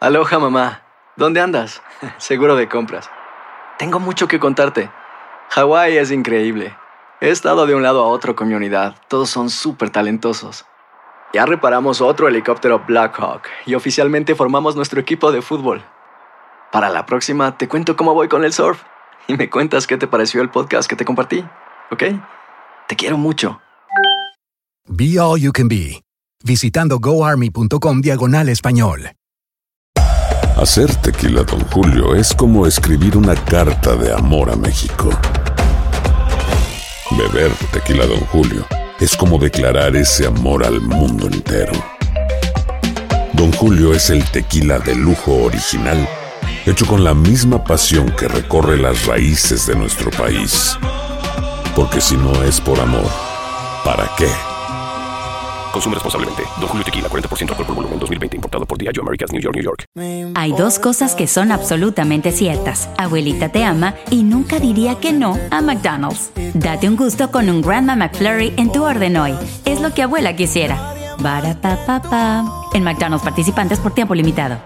Aloha, mamá. ¿Dónde andas? Seguro de compras. Tengo mucho que contarte. Hawái es increíble. He estado de un lado a otro con mi unidad. Todos son súper talentosos. Ya reparamos otro helicóptero Blackhawk y oficialmente formamos nuestro equipo de fútbol. Para la próxima te cuento cómo voy con el surf y me cuentas qué te pareció el podcast que te compartí, ¿ok? Te quiero mucho. Be All You Can Be, visitando goarmy.com/español. Hacer tequila Don Julio es como escribir una carta de amor a México. Beber tequila Don Julio es como declarar ese amor al mundo entero. Don Julio es el tequila de lujo original, hecho con la misma pasión que recorre las raíces de nuestro país. Porque si no es por amor, ¿para qué? Consume responsablemente. Don Julio Tequila, 40% alcohol por volumen, 2020. Importado por Diageo Americas, New York, New York. Hay dos cosas que son absolutamente ciertas. Abuelita te ama y nunca diría que no a McDonald's. Date un gusto con un Grandma McFlurry en tu orden hoy. Es lo que abuela quisiera. Barapapapa. En McDonald's participantes por tiempo limitado.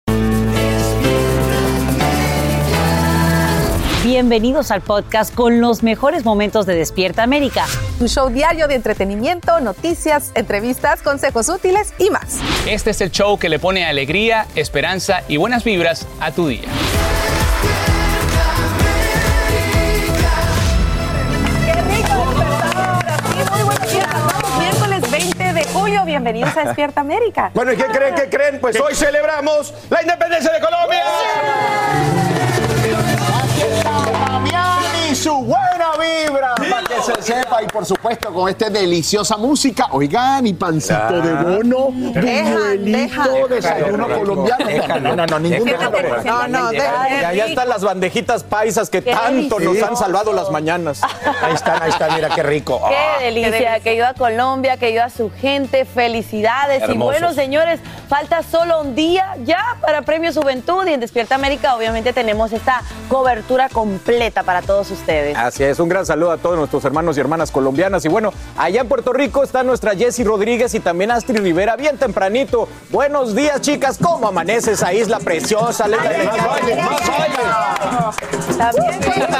Bienvenidos al podcast con los mejores momentos de Despierta América. Tu show diario de entretenimiento, noticias, entrevistas, consejos útiles y más. Este es el show que le pone alegría, esperanza y buenas vibras a tu día. ¡Qué rico despertar! Así, muy buenos días a todos. Miércoles 20 de julio, bienvenidos a Despierta América. Bueno, ¿y qué creen? ¿Qué creen? Pues hoy celebramos la independencia de Colombia. Miami, su buena vibra, para que se sepa, y por supuesto con esta deliciosa música. Oigan, y pancito de bono, buñuelito, desayuno colombiano. No, ninguno. Ya están las bandejitas paisas que tanto nos han salvado las mañanas. Ahí están, mira qué rico. Qué delicia, que ayuda a Colombia, que ayuda a su gente. Felicidades. Hermosos. Y bueno, señores, falta solo un día ya para Premio Juventud, y en Despierta América obviamente tenemos esta cobertura completa para todos ustedes. Así es, un gran saludo a todos nuestros hermanos y hermanas colombianas. Y bueno, allá en Puerto Rico está nuestra Jessy Rodríguez y también Astrid Rivera, bien tempranito. Buenos días, chicas, ¿cómo amanece esa isla preciosa? ¡Más baile! ¿Está bien?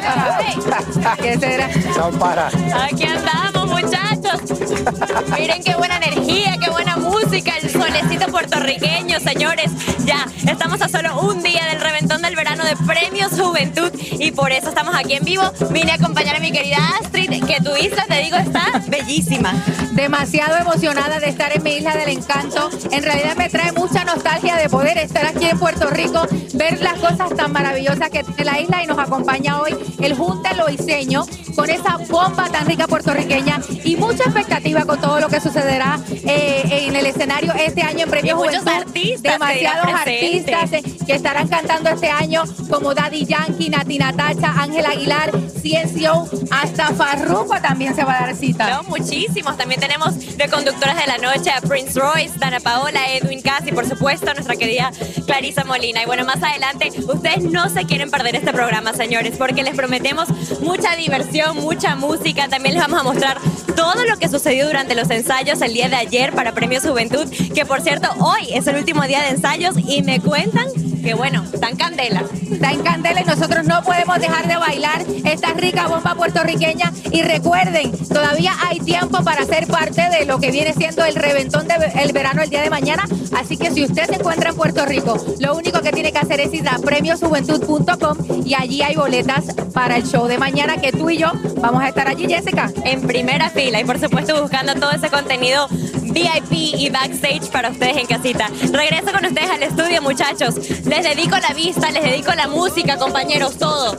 ¿Qué será? No para. Aquí andamos, muchachos. Miren qué buena energía, qué buena música, el solecito puertorriqueño, señores. Ya, estamos a solo un día del reventón del verano de Premios Juventud y por eso estamos aquí en vivo. Vine a acompañar a mi querida Astrid, que tu isla, te digo, está bellísima. Demasiado emocionada de estar en mi isla del encanto. En realidad me trae mucha nostalgia de poder estar aquí en Puerto Rico, ver las cosas tan maravillosas que tiene la isla, y nos acompaña hoy el Junte Loiseño con esa bomba tan rica puertorriqueña y mucha expectativa con todo lo que sucederá en el escenario este año en Premio Juventud. Muchos artistas, demasiados artistas que estarán cantando este año, como Daddy Yankee, Nati Natacha, Ángel Aguilar, Ciencio, hasta Farruko también se va a dar cita. No, muchísimos. También tenemos de conductoras de la noche a Prince Royce, Dana Paola, Edwin Cass y por supuesto nuestra querida Clarissa Molina. Y bueno, más adelante ustedes no se quieren perder este programa, señores, porque les prometemos mucha diversión, mucha música. También les vamos a mostrar todo lo que sucedió durante los ensayos el día de ayer para Premios Juventud, que por cierto hoy es el último día de ensayos y me cuentan que bueno, está en candela. Está en candela y nosotros no podemos dejar de bailar esta rica bomba puertorriqueña. Y recuerden, todavía hay tiempo para ser parte de lo que viene siendo el reventón del verano el día de mañana. Así que si usted se encuentra en Puerto Rico, lo único que tiene que hacer es ir a premiosjuventud.com y allí hay boletas para el show de mañana, que tú y yo vamos a estar allí, Jessica, en primera fila y por supuesto buscando todo ese contenido VIP y backstage para ustedes en casita. Regreso con ustedes al estudio, muchachos. Les dedico la vista, les dedico la música, compañeros, todo.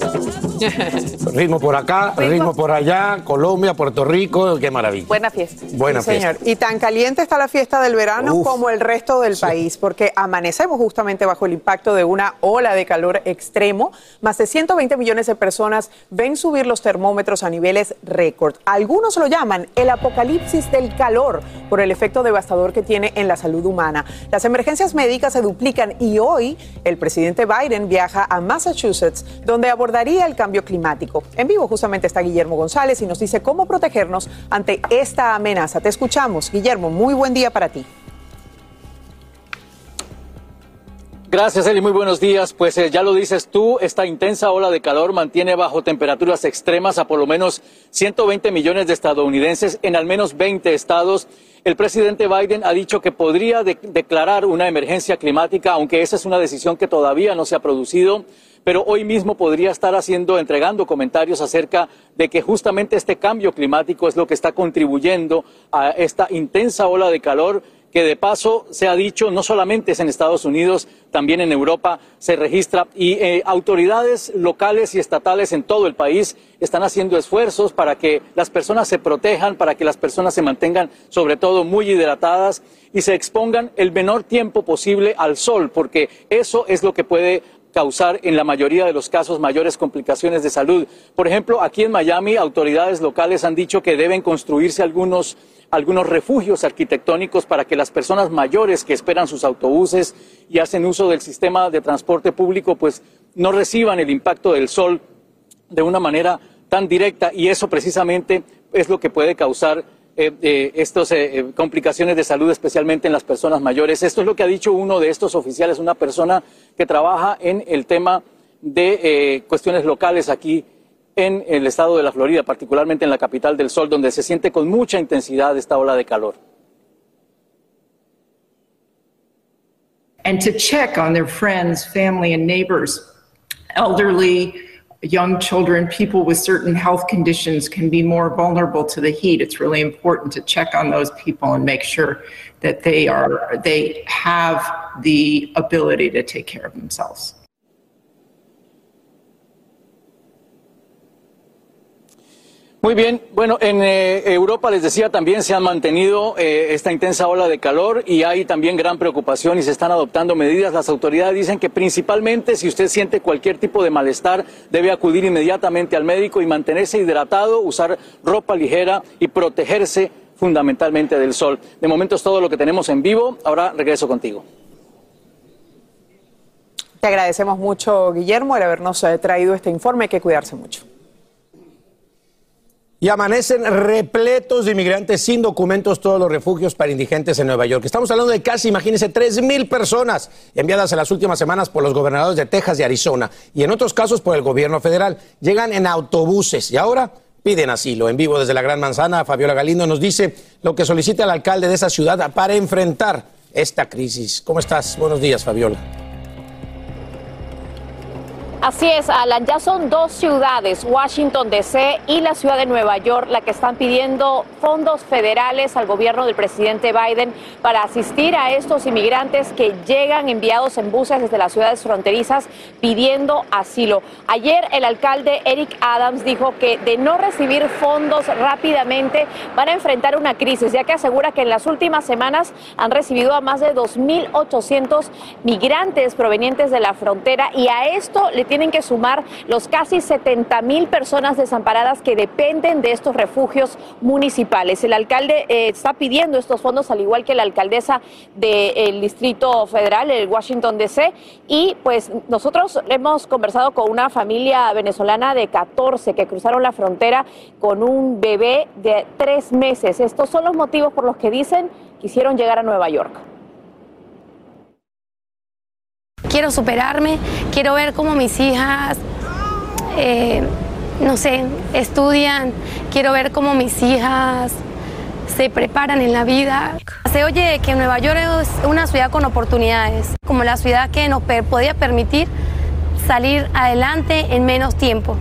Ritmo por acá, ritmo por allá, Colombia, Puerto Rico, qué maravilla. Buena fiesta. Buena fiesta. Señor. Y tan caliente está la fiesta del verano como el resto del país, porque amanecemos justamente bajo el impacto de una ola de calor extremo. Más de 120 millones de personas ven subir los termómetros a niveles récord. Algunos lo llaman el apocalipsis del calor por el efecto devastador que tiene en la salud humana. Las emergencias médicas se duplican y hoy el presidente Biden viaja a Massachusetts, donde abordaría el cambio climático. En vivo justamente está Guillermo González y nos dice cómo protegernos ante esta amenaza. Te escuchamos, Guillermo. Muy buen día para ti. Gracias, Eli. Muy buenos días. Pues ya lo dices tú, esta intensa ola de calor mantiene bajo temperaturas extremas a por lo menos 120 millones de estadounidenses en al menos 20 estados. El presidente Biden ha dicho que podría declarar una emergencia climática, aunque esa es una decisión que todavía no se ha producido. Pero hoy mismo podría estar entregando comentarios acerca de que justamente este cambio climático es lo que está contribuyendo a esta intensa ola de calor, que de paso se ha dicho no solamente es en Estados Unidos, también en Europa se registra, y autoridades locales y estatales en todo el país están haciendo esfuerzos para que las personas se protejan, para que las personas se mantengan sobre todo muy hidratadas y se expongan el menor tiempo posible al sol, porque eso es lo que puede causar en la mayoría de los casos mayores complicaciones de salud. Por ejemplo, aquí en Miami, autoridades locales han dicho que deben construirse algunos refugios arquitectónicos para que las personas mayores que esperan sus autobuses y hacen uso del sistema de transporte público, pues no reciban el impacto del sol de una manera tan directa, y eso precisamente es lo que puede causar estas complicaciones de salud, especialmente en las personas mayores. Esto es lo que ha dicho uno de estos oficiales, una persona que trabaja en el tema de cuestiones locales aquí en el estado de la Florida, particularmente en la capital del sol, donde se siente con mucha intensidad esta ola de calor. And to check on their friends, family, and neighbors, elderly, young children, people with certain health conditions can be more vulnerable to the heat. It's really important to check on those people and make sure that they have the ability to take care of themselves. Muy bien, bueno, en Europa, les decía, también se han mantenido esta intensa ola de calor y hay también gran preocupación y se están adoptando medidas. Las autoridades dicen que principalmente si usted siente cualquier tipo de malestar, debe acudir inmediatamente al médico y mantenerse hidratado, usar ropa ligera y protegerse fundamentalmente del sol. De momento es todo lo que tenemos en vivo. Ahora regreso contigo. Te agradecemos mucho, Guillermo, el habernos traído este informe. Hay que cuidarse mucho. Y amanecen repletos de inmigrantes sin documentos todos los refugios para indigentes en Nueva York. Estamos hablando de casi, imagínense, 3,000 personas enviadas en las últimas semanas por los gobernadores de Texas y Arizona, y en otros casos por el gobierno federal. Llegan en autobuses y ahora piden asilo. En vivo desde la Gran Manzana, Fabiola Galindo nos dice lo que solicita el alcalde de esa ciudad para enfrentar esta crisis. ¿Cómo estás? Buenos días, Fabiola. Así es, Alan, ya son dos ciudades, Washington D.C. y la ciudad de Nueva York, la que están pidiendo fondos federales al gobierno del presidente Biden para asistir a estos inmigrantes que llegan enviados en buses desde las ciudades fronterizas pidiendo asilo. Ayer el alcalde Eric Adams dijo que de no recibir fondos rápidamente van a enfrentar una crisis, ya que asegura que en las últimas semanas han recibido a más de 2,800 migrantes provenientes de la frontera, y a esto le tienen que sumar los casi 70,000 personas desamparadas que dependen de estos refugios municipales. El alcalde está pidiendo estos fondos, al igual que la alcaldesa del Distrito Federal, el Washington D.C., y pues nosotros hemos conversado con una familia venezolana de 14 que cruzaron la frontera con un bebé de 3 meses. Estos son los motivos por los que dicen quisieron llegar a Nueva York. Quiero superarme, quiero ver cómo mis hijas, no sé, estudian, quiero ver cómo mis hijas se preparan en la vida. Se oye que Nueva York es una ciudad con oportunidades, como la ciudad que nos podía permitir salir adelante en menos tiempo.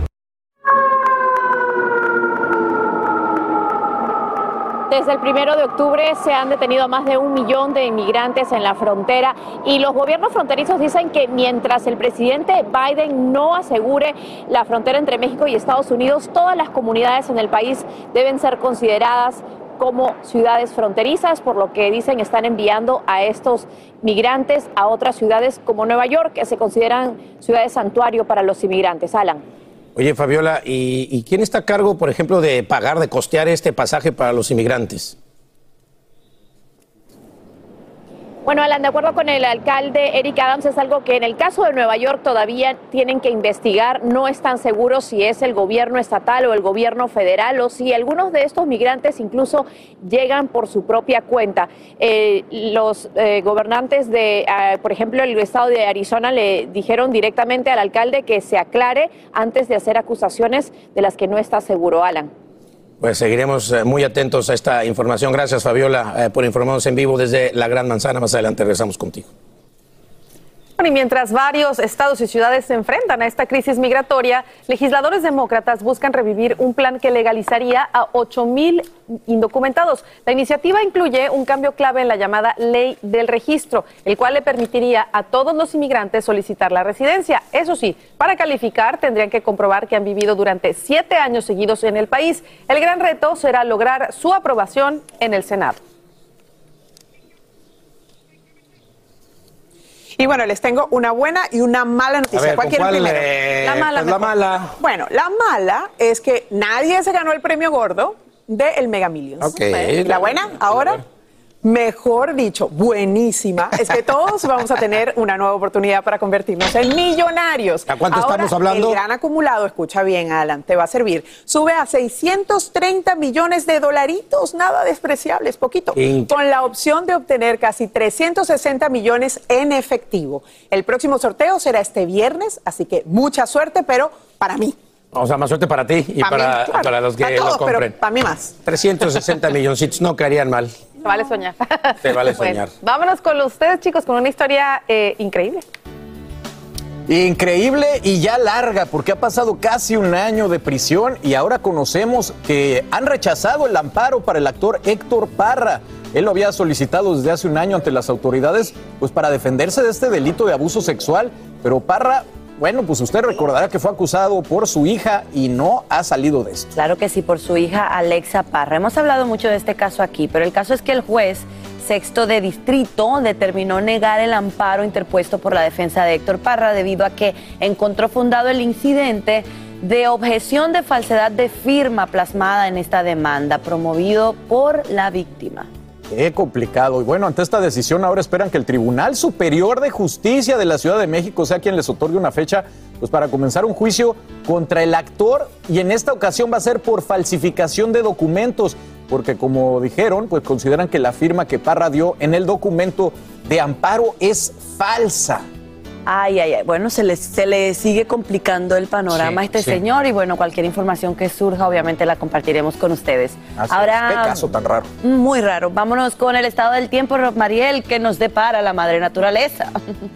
Desde el 1 de octubre se han detenido a más de 1 millón de inmigrantes en la frontera, y los gobiernos fronterizos dicen que mientras el presidente Biden no asegure la frontera entre México y Estados Unidos, todas las comunidades en el país deben ser consideradas como ciudades fronterizas, por lo que dicen están enviando a estos migrantes a otras ciudades como Nueva York, que se consideran ciudades santuario para los inmigrantes. Alan. Oye, Fabiola, ¿y quién está a cargo, por ejemplo, de pagar, de costear este pasaje para los inmigrantes? Bueno, Alan, de acuerdo con el alcalde Eric Adams, es algo que en el caso de Nueva York todavía tienen que investigar. No están seguros si es el gobierno estatal o el gobierno federal o si algunos de estos migrantes incluso llegan por su propia cuenta. Los gobernantes de, por ejemplo, el estado de Arizona le dijeron directamente al alcalde que se aclare antes de hacer acusaciones de las que no está seguro. Alan. Pues seguiremos muy atentos a esta información. Gracias, Fabiola, por informarnos en vivo desde la Gran Manzana. Más adelante regresamos contigo. Y mientras varios estados y ciudades se enfrentan a esta crisis migratoria, legisladores demócratas buscan revivir un plan que legalizaría a 8,000 indocumentados. La iniciativa incluye un cambio clave en la llamada Ley del Registro, el cual le permitiría a todos los inmigrantes solicitar la residencia. Eso sí, para calificar tendrían que comprobar que han vivido durante 7 años seguidos en el país. El gran reto será lograr su aprobación en el Senado. Y bueno, les tengo una buena y una mala noticia. A ver, ¿cuál quieren primero? La mala. Pues la mala. Bueno, la mala es que nadie se ganó el premio gordo del Mega Millions. Okay. La buena, ahora, mejor dicho, buenísima, es que todos vamos a tener una nueva oportunidad para convertirnos en millonarios. ¿A cuánto ahora, estamos hablando? El gran acumulado, escucha bien, Alan, te va a servir. Sube a $630 millones, nada despreciables, poquito. Con la opción de obtener casi 360 millones en efectivo. El próximo sorteo será este viernes, así que mucha suerte, pero para mí. O sea, más suerte para ti y para, claro, para los que para todos, lo compren. pero para mí más. 360 milloncitos no caerían mal. Te vale soñar. Te vale soñar. Bueno, vámonos con ustedes, chicos, con una historia increíble. Increíble y ya larga, porque ha pasado casi un año de prisión y ahora conocemos que han rechazado el amparo para el actor Héctor Parra. Él lo había solicitado desde hace un año ante las autoridades, pues para defenderse de este delito de abuso sexual, pero Parra... Bueno, pues usted recordará que fue acusado por su hija y no ha salido de esto. Claro que sí, por su hija Alexa Parra. Hemos hablado mucho de este caso aquí, pero el caso es que el juez sexto de distrito determinó negar el amparo interpuesto por la defensa de Héctor Parra debido a que encontró fundado el incidente de objeción de falsedad de firma plasmada en esta demanda, promovido por la víctima. Qué complicado. Y bueno, ante esta decisión ahora esperan que el Tribunal Superior de Justicia de la Ciudad de México sea quien les otorgue una fecha pues para comenzar un juicio contra el actor, y en esta ocasión va a ser por falsificación de documentos, porque como dijeron, pues consideran que la firma que Parra dio en el documento de amparo es falsa. Ay, ay, ay. Bueno, se le sigue complicando el panorama a este señor y bueno, cualquier información que surja obviamente la compartiremos con ustedes. Ahora, qué caso tan raro. Muy raro. Vámonos con el estado del tiempo, Mariel, que nos depara la madre naturaleza.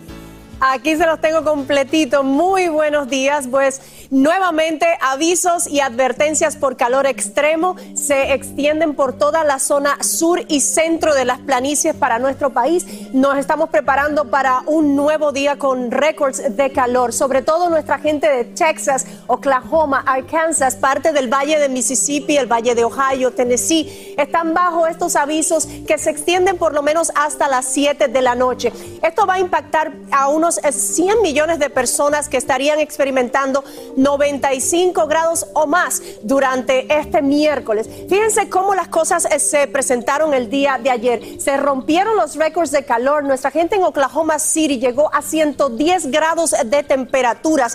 Aquí se los tengo completito. Muy buenos días. Pues nuevamente avisos y advertencias por calor extremo se extienden por toda la zona sur y centro de las planicies para nuestro país. Nos estamos preparando para un nuevo día con récords de calor, sobre todo nuestra gente de Texas, Oklahoma, Arkansas, parte del Valle de Mississippi, el Valle de Ohio, Tennessee, están bajo estos avisos que se extienden por lo menos hasta las 7 de la noche. Esto va a impactar a unos 100 millones de personas que estarían experimentando 95 grados o más durante este miércoles. Fíjense cómo las cosas se presentaron el día de ayer. Se rompieron los récords de calor. Nuestra gente en Oklahoma City llegó a 110 grados de temperaturas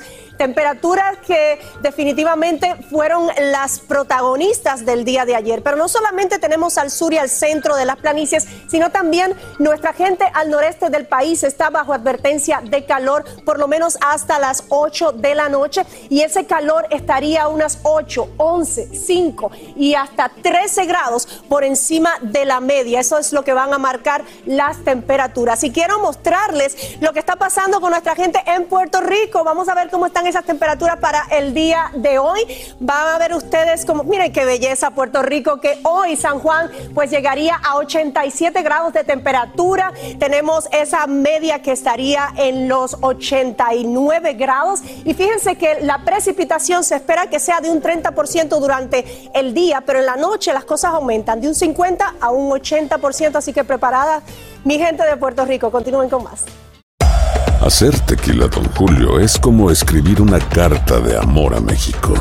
que definitivamente fueron las protagonistas del día de ayer. Pero no solamente tenemos al sur y al centro de las planicies, sino también nuestra gente al noreste del país está bajo advertencia de calor por lo menos hasta las 8 de la noche, y ese calor estaría a unas 8, 11, 5 y hasta 13 grados por encima de la media. Eso es lo que van a marcar las temperaturas. Y quiero mostrarles lo que está pasando con nuestra gente en Puerto Rico. Vamos a ver cómo están esas temperaturas para el día de hoy. Van a ver ustedes como, miren qué belleza Puerto Rico, que hoy San Juan pues llegaría a 87 grados de temperatura. Tenemos esa media que estaría en los 89 grados, y fíjense que la precipitación se espera que sea de un 30% durante el día, pero en la noche las cosas aumentan de un 50 a un 80%, así que preparadas mi gente de Puerto Rico. Continúen con más. Hacer tequila Don Julio es como escribir una carta de amor a México.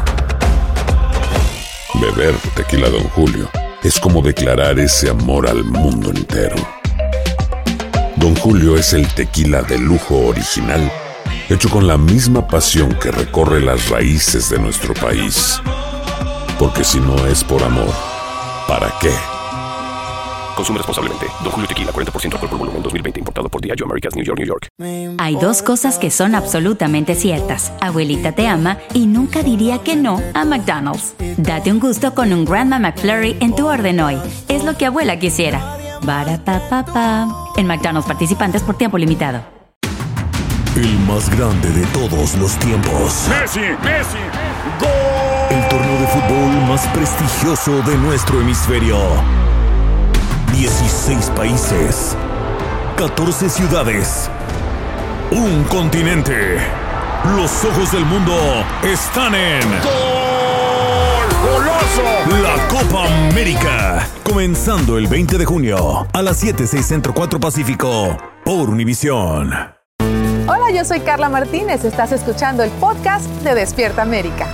Beber tequila Don Julio es como declarar ese amor al mundo entero. Don Julio es el tequila de lujo original, hecho con la misma pasión que recorre las raíces de nuestro país. Porque si no es por amor, ¿para qué? Consume responsablemente. Don Julio Tequila, 40% alcohol por volumen, 2020. Importado por Diageo Americas, New York, New York. Hay dos cosas que son absolutamente ciertas. Abuelita te ama y nunca diría que no a McDonald's. Date un gusto con un Grandma McFlurry en tu orden hoy. Es lo que abuela quisiera. Barapapapa. En McDonald's participantes por tiempo limitado. El más grande de todos los tiempos. ¡Messi! ¡Gol! El torneo de fútbol más prestigioso de nuestro hemisferio. 16 países, 14 ciudades, un continente. Los ojos del mundo están en ¡Gol! ¡Goloso! La Copa América. Comenzando el 20 de junio a las 7, 6 Centro 4 Pacífico por Univisión. Hola, yo soy Carla Martínez. Estás escuchando el podcast de Despierta América.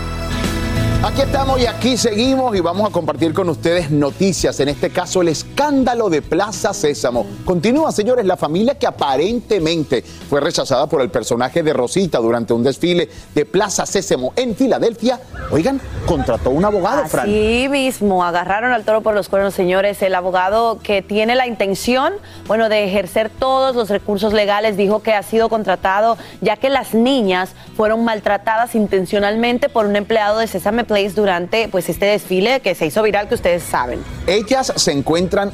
Aquí estamos y aquí seguimos y vamos a compartir con ustedes noticias, en este caso el escándalo de Plaza Sésamo. Continúa, señores, la familia que aparentemente fue rechazada por el personaje de Rosita durante un desfile de Plaza Sésamo en Filadelfia. Oigan, contrató un abogado, Fran. Así mismo, agarraron al toro por los cuernos, señores. El abogado que tiene la intención, bueno, de ejercer todos los recursos legales, dijo que ha sido contratado ya que las niñas fueron maltratadas intencionalmente por un empleado de Sésame Place durante pues este desfile que se hizo viral, que ustedes saben. Ellas se encuentran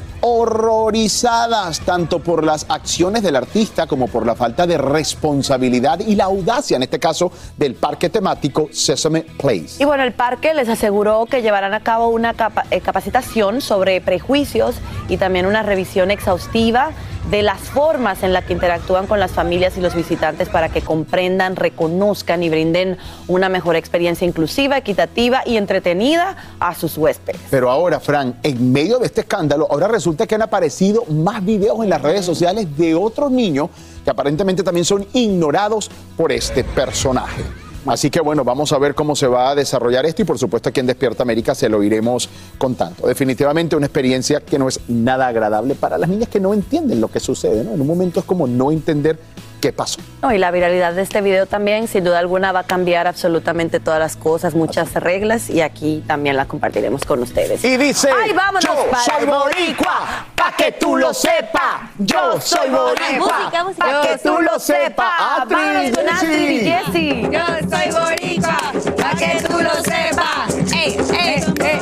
horrorizadas tanto por las acciones del artista como por la falta de responsabilidad y la audacia, en este caso, del parque temático Sesame Place. Y bueno, el parque les aseguró que llevarán a cabo una capacitación sobre prejuicios y también una revisión exhaustiva de las formas en las que interactúan con las familias y los visitantes para que comprendan, reconozcan y brinden una mejor experiencia inclusiva, equitativa y entretenida a sus huéspedes. Pero ahora, Fran, en medio de este escándalo, ahora resulta que han aparecido más videos en las redes sociales de otros niños que aparentemente también son ignorados por este personaje. Así que bueno, vamos a ver cómo se va a desarrollar esto y por supuesto aquí en Despierta América se lo iremos contando. Definitivamente una experiencia que no es nada agradable para las niñas que no entienden lo que sucede, ¿no? En un momento es como no entender qué pasó. No, y la viralidad de este video también, sin duda alguna, va a cambiar absolutamente todas las cosas, muchas reglas, y aquí también las compartiremos con ustedes. Y dice, ¡ay, vámonos! Yo soy boricua, pa' que tú lo sepas. Yo soy boricua, pa' que tú lo sepas. Vámonos con Astrid y Jessy. Yo soy boricua, pa' que tú lo sepas. ¡Ey, ey, ey!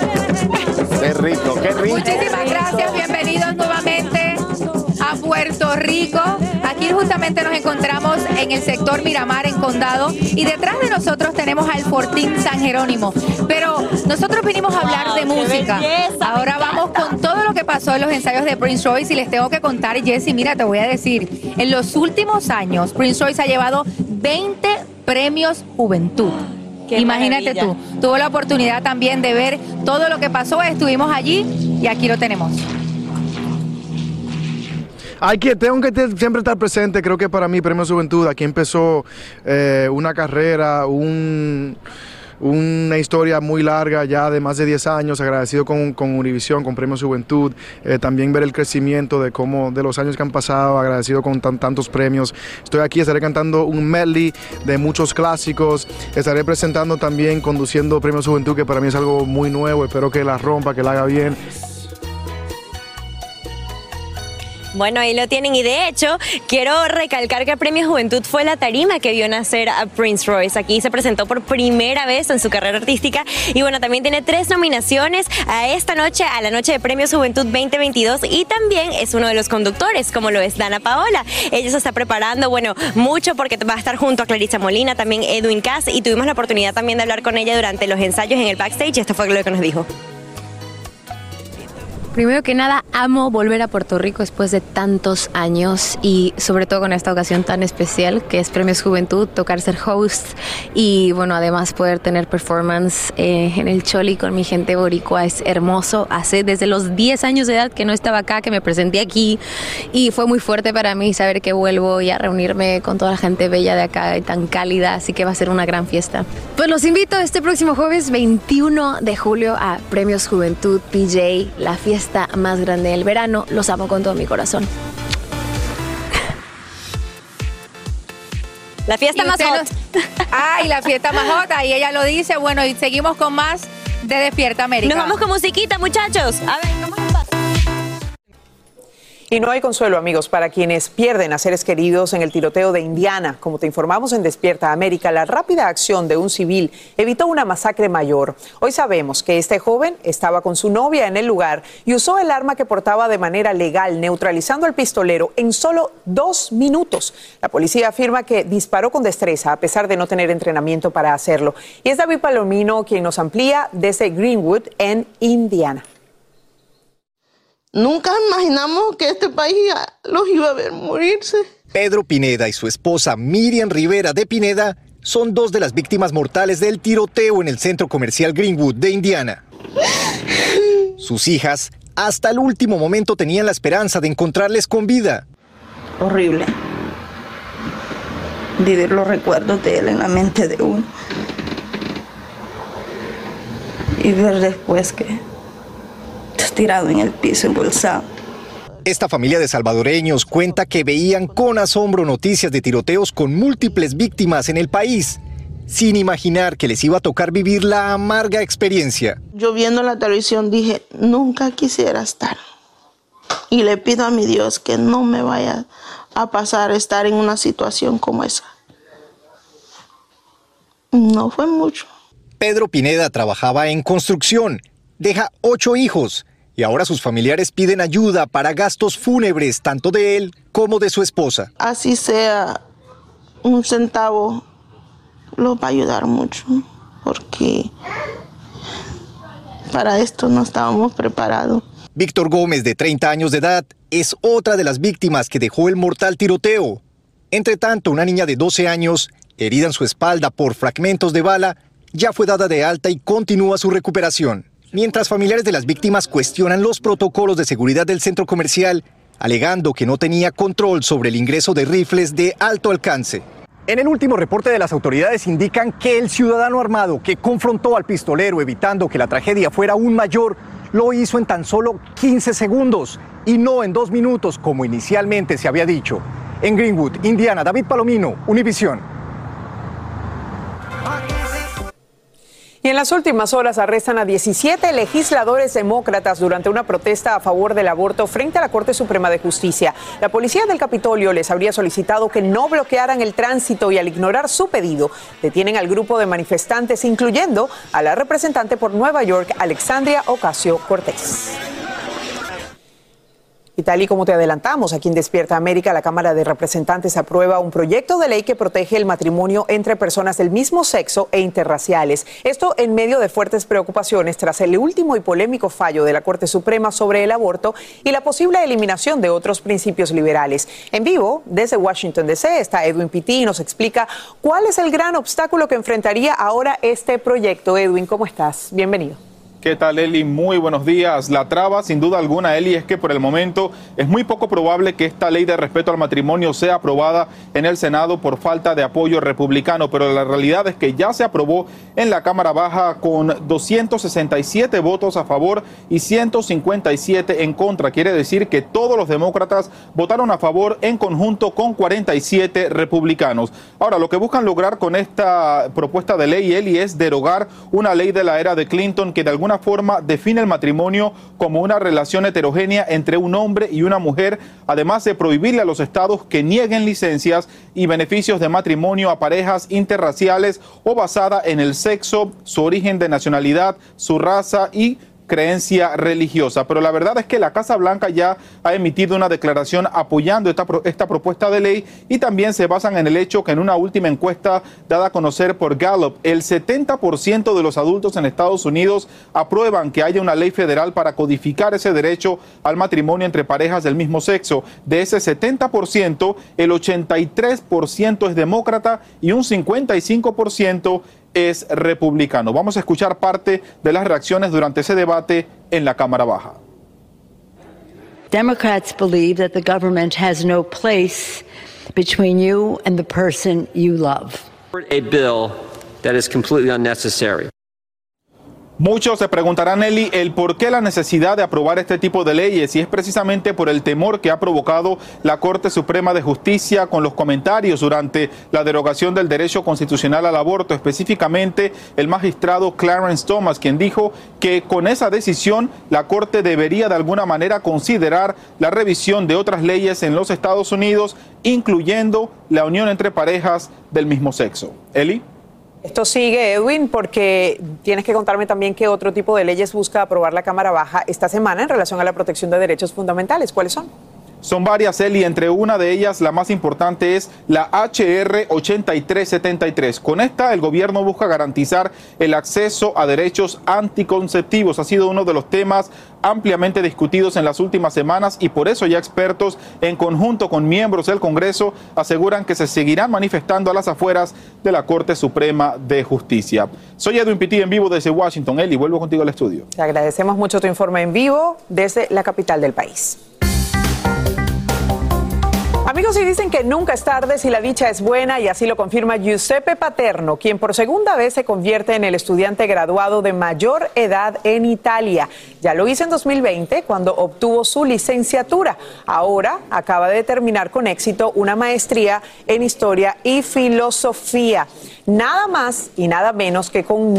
¡Qué rico, qué rico! Muchísimas gracias, bienvenidos nuevamente a Puerto Rico. Aquí justamente nos encontramos en el sector Miramar, en Condado, y detrás de nosotros tenemos al Fortín San Jerónimo. Pero nosotros vinimos a hablar de música. Ahora vamos con todo lo que pasó en los ensayos de Prince Royce y les tengo que contar, Jessy, mira, te voy a decir, en los últimos años Prince Royce ha llevado 20 premios Juventud. Imagínate tú, tuvo la oportunidad también de ver todo lo que pasó, estuvimos allí y aquí lo tenemos. Tengo que siempre estar presente. Creo que para mí Premio Juventud aquí empezó una carrera, una historia muy larga ya de más de 10 años, agradecido con Univisión, con Premio Juventud, también ver el crecimiento de los años que han pasado, agradecido con tantos premios. Estoy aquí, estaré cantando un medley de muchos clásicos, estaré presentando también, conduciendo Premio Juventud, que para mí es algo muy nuevo, espero que la rompa, que la haga bien. Bueno, ahí lo tienen, y de hecho quiero recalcar que el Premio Juventud fue la tarima que vio nacer a Prince Royce. Aquí se presentó por primera vez en su carrera artística y bueno, también tiene 3 nominaciones a esta noche, a la noche de Premios Juventud 2022, y también es uno de los conductores, como lo es Dana Paola. Ella se está preparando, bueno, mucho porque va a estar junto a Clarissa Molina, también Edwin Cass, y tuvimos la oportunidad también de hablar con ella durante los ensayos en el backstage, y esto fue lo que nos dijo. Primero que nada, amo volver a Puerto Rico después de tantos años y sobre todo con esta ocasión tan especial que es Premios Juventud, tocar ser host y bueno, además poder tener performance en el Choli con mi gente boricua es hermoso. Hace desde los 10 años de edad que no estaba acá, que me presenté aquí y fue muy fuerte para mí saber que vuelvo y a reunirme con toda la gente bella de acá y tan cálida, así que va a ser una gran fiesta. Pues los invito este próximo jueves 21 de julio a Premios Juventud PJ, la fiesta más grande del verano. Los amo con todo mi corazón. La fiesta más hot. Y la fiesta más hot, y ella lo dice. Bueno, y seguimos con más de Despierta América. Nos vamos con musiquita, muchachos. A ver, vamos a pasar. Y no hay consuelo, amigos, para quienes pierden a seres queridos en el tiroteo de Indiana. Como te informamos en Despierta América, la rápida acción de un civil evitó una masacre mayor. Hoy sabemos que este joven estaba con su novia en el lugar y usó el arma que portaba de manera legal, neutralizando al pistolero en solo 2 minutos. La policía afirma que disparó con destreza, a pesar de no tener entrenamiento para hacerlo. Y es David Palomino quien nos amplía desde Greenwood, en Indiana. Nunca imaginamos que este país los iba a ver morirse. Pedro Pineda y su esposa Miriam Rivera de Pineda son 2 de las víctimas mortales del tiroteo en el centro comercial Greenwood de Indiana. Sus hijas hasta el último momento tenían la esperanza de encontrarles con vida. Horrible. Vivir los recuerdos de él en la mente de uno. Y ver después que tirado en el piso, embolsado. Esta familia de salvadoreños cuenta que veían con asombro noticias de tiroteos con múltiples víctimas en el país, sin imaginar que les iba a tocar vivir la amarga experiencia. Yo viendo la televisión dije, nunca quisiera estar. Y le pido a mi Dios que no me vaya a pasar estar en una situación como esa. No fue mucho. Pedro Pineda trabajaba en construcción, deja 8 hijos. Y ahora sus familiares piden ayuda para gastos fúnebres, tanto de él como de su esposa. Así sea un centavo, los va a ayudar mucho, porque para esto no estábamos preparados. Víctor Gómez, de 30 años de edad, es otra de las víctimas que dejó el mortal tiroteo. Entre tanto, una niña de 12 años, herida en su espalda por fragmentos de bala, ya fue dada de alta y continúa su recuperación. Mientras familiares de las víctimas cuestionan los protocolos de seguridad del centro comercial, alegando que no tenía control sobre el ingreso de rifles de alto alcance. En el último reporte de las autoridades indican que el ciudadano armado que confrontó al pistolero evitando que la tragedia fuera aún mayor, lo hizo en tan solo 15 segundos y no en 2 minutos como inicialmente se había dicho. En Greenwood, Indiana, David Palomino, Univisión. Y en las últimas horas arrestan a 17 legisladores demócratas durante una protesta a favor del aborto frente a la Corte Suprema de Justicia. La policía del Capitolio les habría solicitado que no bloquearan el tránsito y al ignorar su pedido, detienen al grupo de manifestantes, incluyendo a la representante por Nueva York, Alexandria Ocasio-Cortez. Y tal y como te adelantamos, aquí en Despierta América, la Cámara de Representantes aprueba un proyecto de ley que protege el matrimonio entre personas del mismo sexo e interraciales. Esto en medio de fuertes preocupaciones tras el último y polémico fallo de la Corte Suprema sobre el aborto y la posible eliminación de otros principios liberales. En vivo, desde Washington, D.C., está Edwin Pitti y nos explica cuál es el gran obstáculo que enfrentaría ahora este proyecto. Edwin, ¿cómo estás? Bienvenido. ¿Qué tal, Eli? Muy buenos días. La traba, sin duda alguna, Eli, es que por el momento es muy poco probable que esta ley de respeto al matrimonio sea aprobada en el Senado por falta de apoyo republicano, pero la realidad es que ya se aprobó en la Cámara Baja con 267 votos a favor y 157 en contra. Quiere decir que todos los demócratas votaron a favor en conjunto con 47 republicanos. Ahora, lo que buscan lograr con esta propuesta de ley, Eli, es derogar una ley de la era de Clinton que de alguna forma define el matrimonio como una relación heterogénea entre un hombre y una mujer, además de prohibirle a los estados que nieguen licencias y beneficios de matrimonio a parejas interraciales o basada en el sexo, su origen de nacionalidad, su raza y creencia religiosa. Pero la verdad es que la Casa Blanca ya ha emitido una declaración apoyando esta propuesta de ley y también se basan en el hecho que en una última encuesta dada a conocer por Gallup, el 70% de los adultos en Estados Unidos aprueban que haya una ley federal para codificar ese derecho al matrimonio entre parejas del mismo sexo. De ese 70%, el 83% es demócrata y un 55% es republicano. Vamos a escuchar parte de las reacciones durante ese debate en la Cámara Baja. Democrats believe that the government has no place between you and the person you love. A bill that is completely unnecessary. Muchos se preguntarán, Eli, el por qué la necesidad de aprobar este tipo de leyes, y es precisamente por el temor que ha provocado la Corte Suprema de Justicia con los comentarios durante la derogación del derecho constitucional al aborto, específicamente el magistrado Clarence Thomas, quien dijo que con esa decisión la Corte debería de alguna manera considerar la revisión de otras leyes en los Estados Unidos, incluyendo la unión entre parejas del mismo sexo. Eli. Esto sigue, Edwin, porque tienes que contarme también qué otro tipo de leyes busca aprobar la Cámara Baja esta semana en relación a la protección de derechos fundamentales. ¿Cuáles son? Son varias, Eli. Entre una de ellas, la más importante, es la HR 8373. Con esta, el gobierno busca garantizar el acceso a derechos anticonceptivos. Ha sido uno de los temas ampliamente discutidos en las últimas semanas y por eso ya expertos, en conjunto con miembros del Congreso, aseguran que se seguirán manifestando a las afueras de la Corte Suprema de Justicia. Soy Edwin Pitti en vivo desde Washington. Eli, vuelvo contigo al estudio. Te agradecemos mucho tu informe en vivo desde la capital del país. Amigos, y dicen que nunca es tarde si la dicha es buena, y así lo confirma Giuseppe Paterno, quien por segunda vez se convierte en el estudiante graduado de mayor edad en Italia. Ya lo hizo en 2020 cuando obtuvo su licenciatura. Ahora acaba de terminar con éxito una maestría en Historia y Filosofía. Nada más y nada menos que con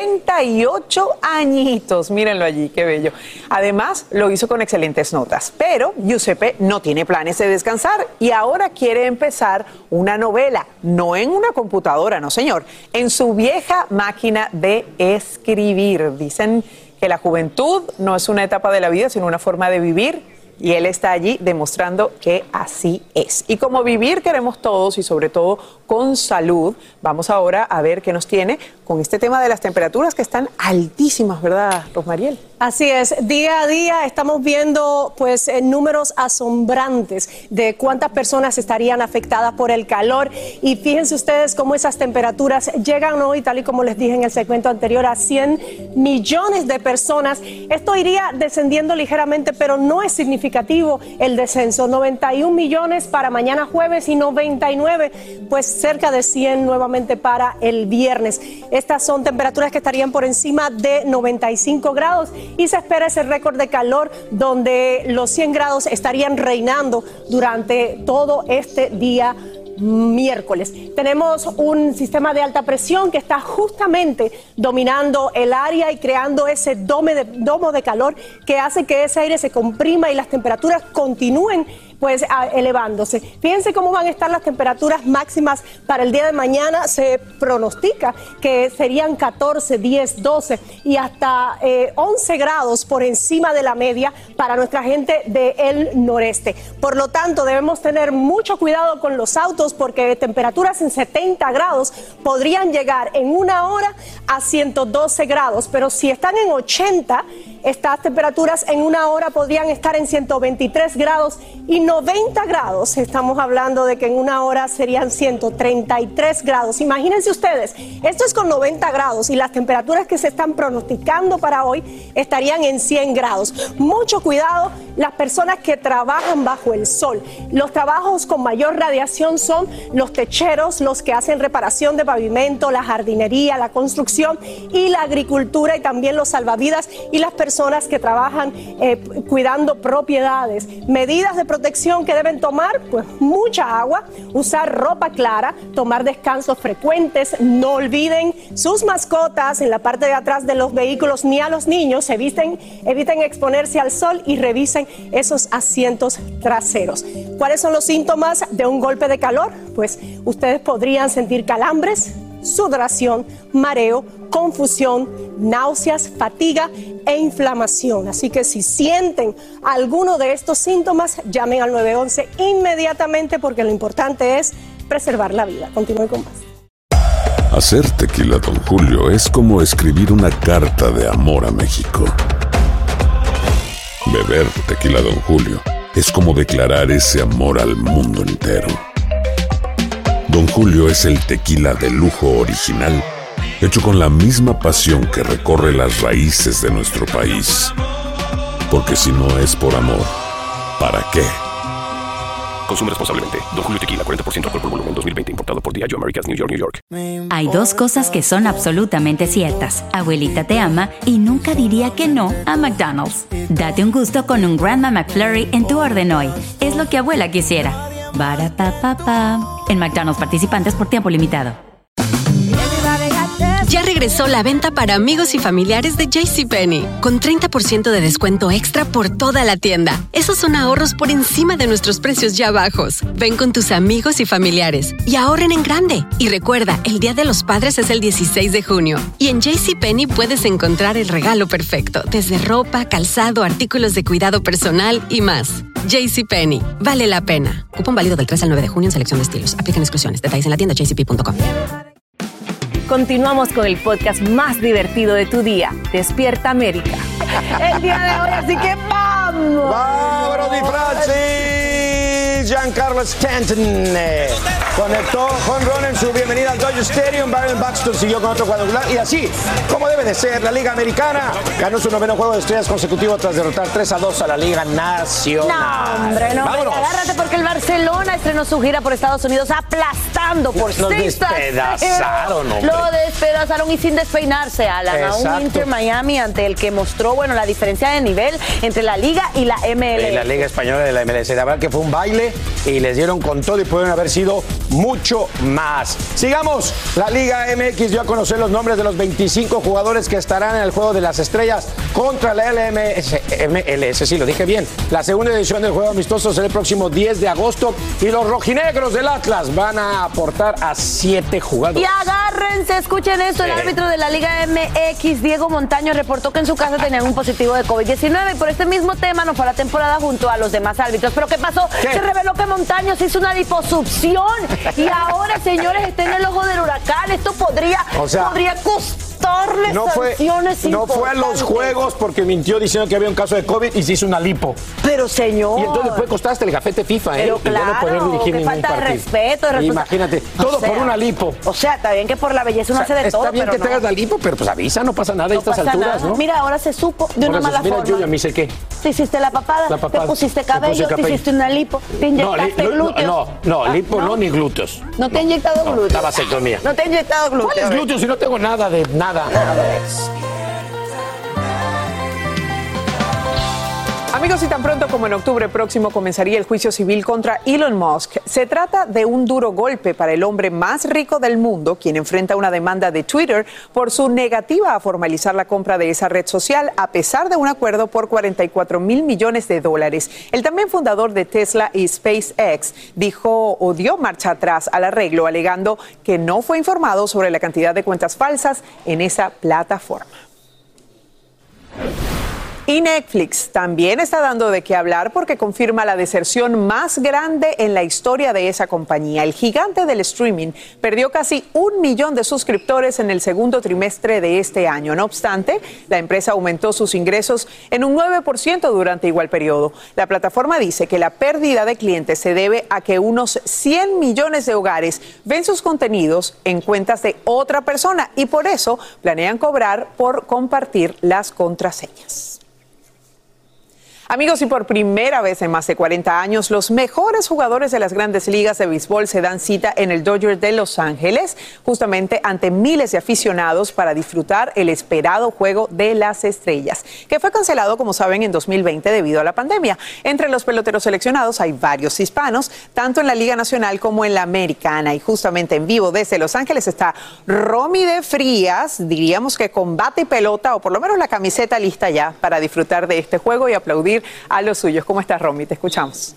98 añitos. Mírenlo allí, qué bello. Además, lo hizo con excelentes notas. Pero Giuseppe no tiene planes de descansar y ahora quiere empezar una novela. No en una computadora, no señor. En su vieja máquina de escribir. Dicen que la juventud no es una etapa de la vida, sino una forma de vivir. Y él está allí demostrando que así es. Y como vivir queremos todos, y sobre todo con salud, vamos ahora a ver qué nos tiene con este tema de las temperaturas que están altísimas, ¿verdad, Rosmariel? Así es, día a día estamos viendo pues números asombrantes de cuántas personas estarían afectadas por el calor, y fíjense ustedes cómo esas temperaturas llegan hoy, tal y como les dije en el segmento anterior, a 100 millones de personas. Esto iría descendiendo ligeramente, pero no es significativo el descenso. 91 millones para mañana jueves y 99, pues cerca de 100 nuevamente para el viernes. Estas son temperaturas que estarían por encima de 95 grados y se espera ese récord de calor donde los 100 grados estarían reinando durante todo este día miércoles. Tenemos un sistema de alta presión que está justamente dominando el área y creando ese domo de calor que hace que ese aire se comprima y las temperaturas continúen pues elevándose. Fíjense cómo van a estar las temperaturas máximas para el día de mañana. Se pronostica que serían 14, 10, 12 y hasta 11 grados por encima de la media para nuestra gente del noreste. Por lo tanto, debemos tener mucho cuidado con los autos porque temperaturas en 70 grados podrían llegar en una hora a 112 grados, pero si están en 80, estas temperaturas en una hora podrían estar en 123 grados y 90 grados. Estamos hablando de que en una hora serían 133 grados. Imagínense ustedes, esto es con 90 grados y las temperaturas que se están pronosticando para hoy estarían en 100 grados. Mucho cuidado las personas que trabajan bajo el sol. Los trabajos con mayor radiación son los techeros, los que hacen reparación de pavimento, la jardinería, la construcción y la agricultura, y también los salvavidas y las personas que trabajan cuidando propiedades. Medidas de protección que deben tomar, pues mucha agua, usar ropa clara, tomar descansos frecuentes, no olviden sus mascotas en la parte de atrás de los vehículos ni a los niños, eviten exponerse al sol y revisen esos asientos traseros. ¿Cuáles son los síntomas de un golpe de calor? Pues ustedes podrían sentir calambres, sudoración, mareo, confusión, náuseas, fatiga e inflamación. Así que si sienten alguno de estos síntomas, llamen al 911 inmediatamente porque lo importante es preservar la vida. Continúen con más. Hacer tequila Don Julio es como escribir una carta de amor a México. Beber tequila Don Julio es como declarar ese amor al mundo entero. Don Julio es el tequila de lujo original, hecho con la misma pasión que recorre las raíces de nuestro país. Porque si no es por amor, ¿para qué? Consume responsablemente. Don Julio Tequila, 40% alcohol por volumen, 2020. Importado por Diageo Americas, New York, New York. Hay dos cosas que son absolutamente ciertas. Abuelita te ama y nunca diría que no a McDonald's. Date un gusto con un Grandma McFlurry en tu orden hoy. Es lo que abuela quisiera. Barapapapa. En McDonald's participantes por tiempo limitado. Ya regresó la venta para amigos y familiares de JCPenney, con 30% de descuento extra por toda la tienda. Esos son ahorros por encima de nuestros precios ya bajos. Ven con tus amigos y familiares y ahorren en grande. Y recuerda, el Día de los Padres es el 16 de junio. Y en JCPenney puedes encontrar el regalo perfecto, desde ropa, calzado, artículos de cuidado personal y más. JCPenney, vale la pena. Cupón válido del 3 al 9 de junio en selección de estilos. Aplican exclusiones. Detalles en la tienda jcp.com. Continuamos con el podcast más divertido de tu día, Despierta América. El día de hoy, así que ¡vamos! ¡Vámonos, Di Francis! Giancarlo Stanton conectó jonrón en su bienvenida al Dodger Stadium. Byron Buxton siguió con otro cuadrangular y así, como debe de ser, la Liga Americana ganó su 9º juego de estrellas consecutivo tras derrotar 3-2 a la Liga Nacional. No, hombre, agárrate porque el Barcelona estrenó su gira por Estados Unidos aplastando por 6-0. Despedazaron, hombre. Lo despedazaron y sin despeinarse, Alan. Exacto. A un Inter Miami ante el que mostró, bueno, la diferencia de nivel entre la Liga y la MLS. Y la Liga Española de la MLS. La verdad que fue un baile y les dieron con todo y pueden haber sido mucho más. Sigamos. La Liga MX dio a conocer los nombres de los 25 jugadores que estarán en el Juego de las Estrellas contra la MLS, sí, lo dije bien. La segunda edición del juego amistoso será el próximo 10 de agosto y los rojinegros del Atlas van a aportar a 7 jugadores. Y agárrense, escuchen esto. El árbitro de la Liga MX, Diego Montaño, reportó que en su casa tenían un positivo de COVID-19 y por este mismo tema no fue a la temporada junto a los demás árbitros. ¿Pero qué pasó? Se reveló que Montaño se hizo una liposucción y ahora, señores, está en el ojo del huracán. Esto podría costarle sanciones importantes. No fue a los juegos porque mintió diciendo que había un caso de COVID y se hizo una lipo. Pero, señor. Y entonces puede costar hasta el gafete FIFA, Pero y ya no poder dirigir ningún falta partido. De respeto, Imagínate, todo por una lipo. O sea, está bien que por la belleza uno hace de todo, está bien pero que te hagas la lipo, pero pues avisa, no pasa nada a estas alturas, ¿no? Mira, ahora se supo de una mala forma. Mira, yo ya me hice qué. Te hiciste la papada, te pusiste cabello, te hiciste una lipo, te inyectaste glúteos. No, lipo no, ni glúteos. No te he inyectado glúteos. La vasectomía. No te he inyectado glúteos. ¿Cuáles glúteos si no tengo nada de nada? Amigos, y tan pronto como en octubre próximo comenzaría el juicio civil contra Elon Musk, se trata de un duro golpe para el hombre más rico del mundo, quien enfrenta una demanda de Twitter por su negativa a formalizar la compra de esa red social, a pesar de un acuerdo por $44 mil millones. El también fundador de Tesla y SpaceX dijo o dio marcha atrás al arreglo, alegando que no fue informado sobre la cantidad de cuentas falsas en esa plataforma. Y Netflix también está dando de qué hablar porque confirma la deserción más grande en la historia de esa compañía. El gigante del streaming perdió casi 1 millón de suscriptores en el segundo trimestre de este año. No obstante, la empresa aumentó sus ingresos en un 9% durante igual periodo. La plataforma dice que la pérdida de clientes se debe a que unos 100 millones de hogares ven sus contenidos en cuentas de otra persona y por eso planean cobrar por compartir las contraseñas. Amigos, y por primera vez en más de 40 años, los mejores jugadores de las grandes ligas de béisbol se dan cita en el Dodger de Los Ángeles, justamente ante miles de aficionados para disfrutar el esperado Juego de las Estrellas, que fue cancelado, como saben, en 2020 debido a la pandemia. Entre los peloteros seleccionados hay varios hispanos, tanto en la Liga Nacional como en la Americana. Y justamente en vivo desde Los Ángeles está Romy de Frías, diríamos que con bate y pelota, o por lo menos la camiseta lista ya para disfrutar de este juego y aplaudir a los suyos. ¿Cómo estás, Romy? Te escuchamos.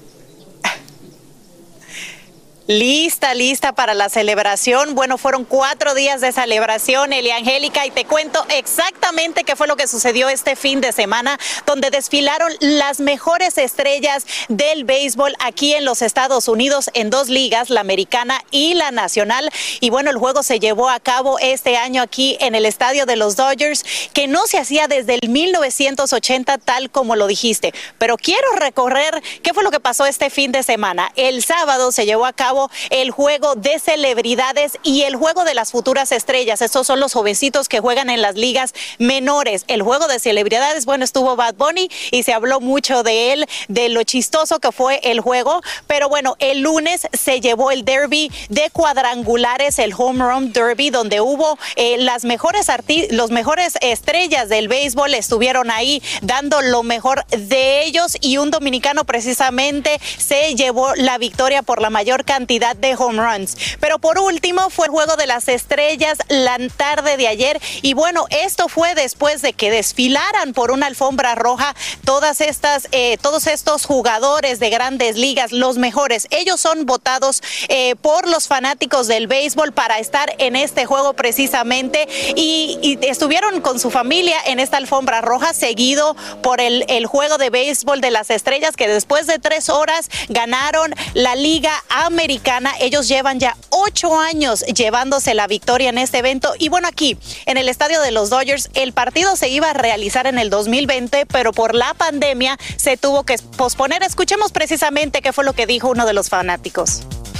Lista para la celebración. Bueno, fueron 4 días de celebración, Elia Angélica, y te cuento exactamente qué fue lo que sucedió este fin de semana, donde desfilaron las mejores estrellas del béisbol aquí en los Estados Unidos en 2 ligas, la Americana y la Nacional. Y bueno, el juego se llevó a cabo este año aquí en el estadio de los Dodgers, que no se hacía desde el 1980, tal como lo dijiste. Pero quiero recorrer qué fue lo que pasó este fin de semana. El sábado se llevó a cabo cabo el juego de celebridades y el juego de las futuras estrellas. Estos son los jovencitos que juegan en las ligas menores. El juego de celebridades, bueno, estuvo Bad Bunny y se habló mucho de él, de lo chistoso que fue el juego, pero bueno, el lunes se llevó el derby de cuadrangulares, el Home Run Derby, donde hubo los mejores estrellas del béisbol estuvieron ahí dando lo mejor de ellos, y un dominicano precisamente se llevó la victoria por la mayor cantidad de home runs. Pero por último fue el juego de las estrellas la tarde de ayer, y bueno, esto fue después de que desfilaran por una alfombra roja todos estos jugadores de grandes ligas, los mejores. Ellos son votados por los fanáticos del béisbol para estar en este juego precisamente, y estuvieron con su familia en esta alfombra roja, seguido por el juego de béisbol de las estrellas, que después de 3 horas ganaron la Liga Americana. Ellos llevan ya 8 años llevándose la victoria en este evento, y bueno, aquí en el estadio de los Dodgers el partido se iba a realizar en el 2020, pero por la pandemia se tuvo que posponer. Escuchemos precisamente qué fue lo que dijo uno de los fanáticos.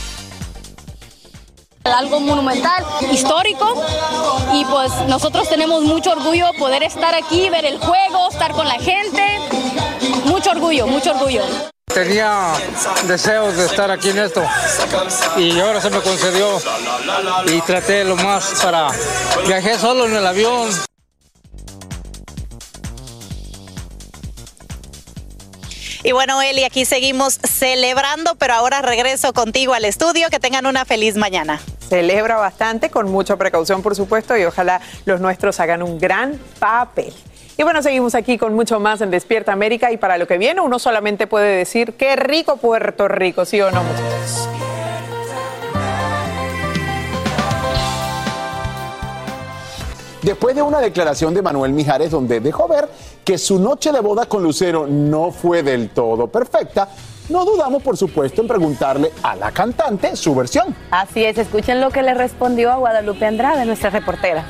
Algo monumental, histórico, y pues nosotros tenemos mucho orgullo poder estar aquí, ver el juego, estar con la gente. Mucho orgullo, mucho orgullo. Tenía deseos de estar aquí en esto y ahora se me concedió, y traté lo más para... Viajé solo en el avión. Y bueno, Eli, aquí seguimos celebrando, pero ahora regreso contigo al estudio. Que tengan una feliz mañana. Celebra bastante, con mucha precaución, por supuesto, y ojalá los nuestros hagan un gran papel. Y bueno, seguimos aquí con mucho más en Despierta América, y para lo que viene uno solamente puede decir qué rico Puerto Rico, ¿sí o no, muchachos? Después de una declaración de Manuel Mijares donde dejó ver que su noche de boda con Lucero no fue del todo perfecta, no dudamos, por supuesto, en preguntarle a la cantante su versión. Así es, escuchen lo que le respondió a Guadalupe Andrade, nuestra reportera.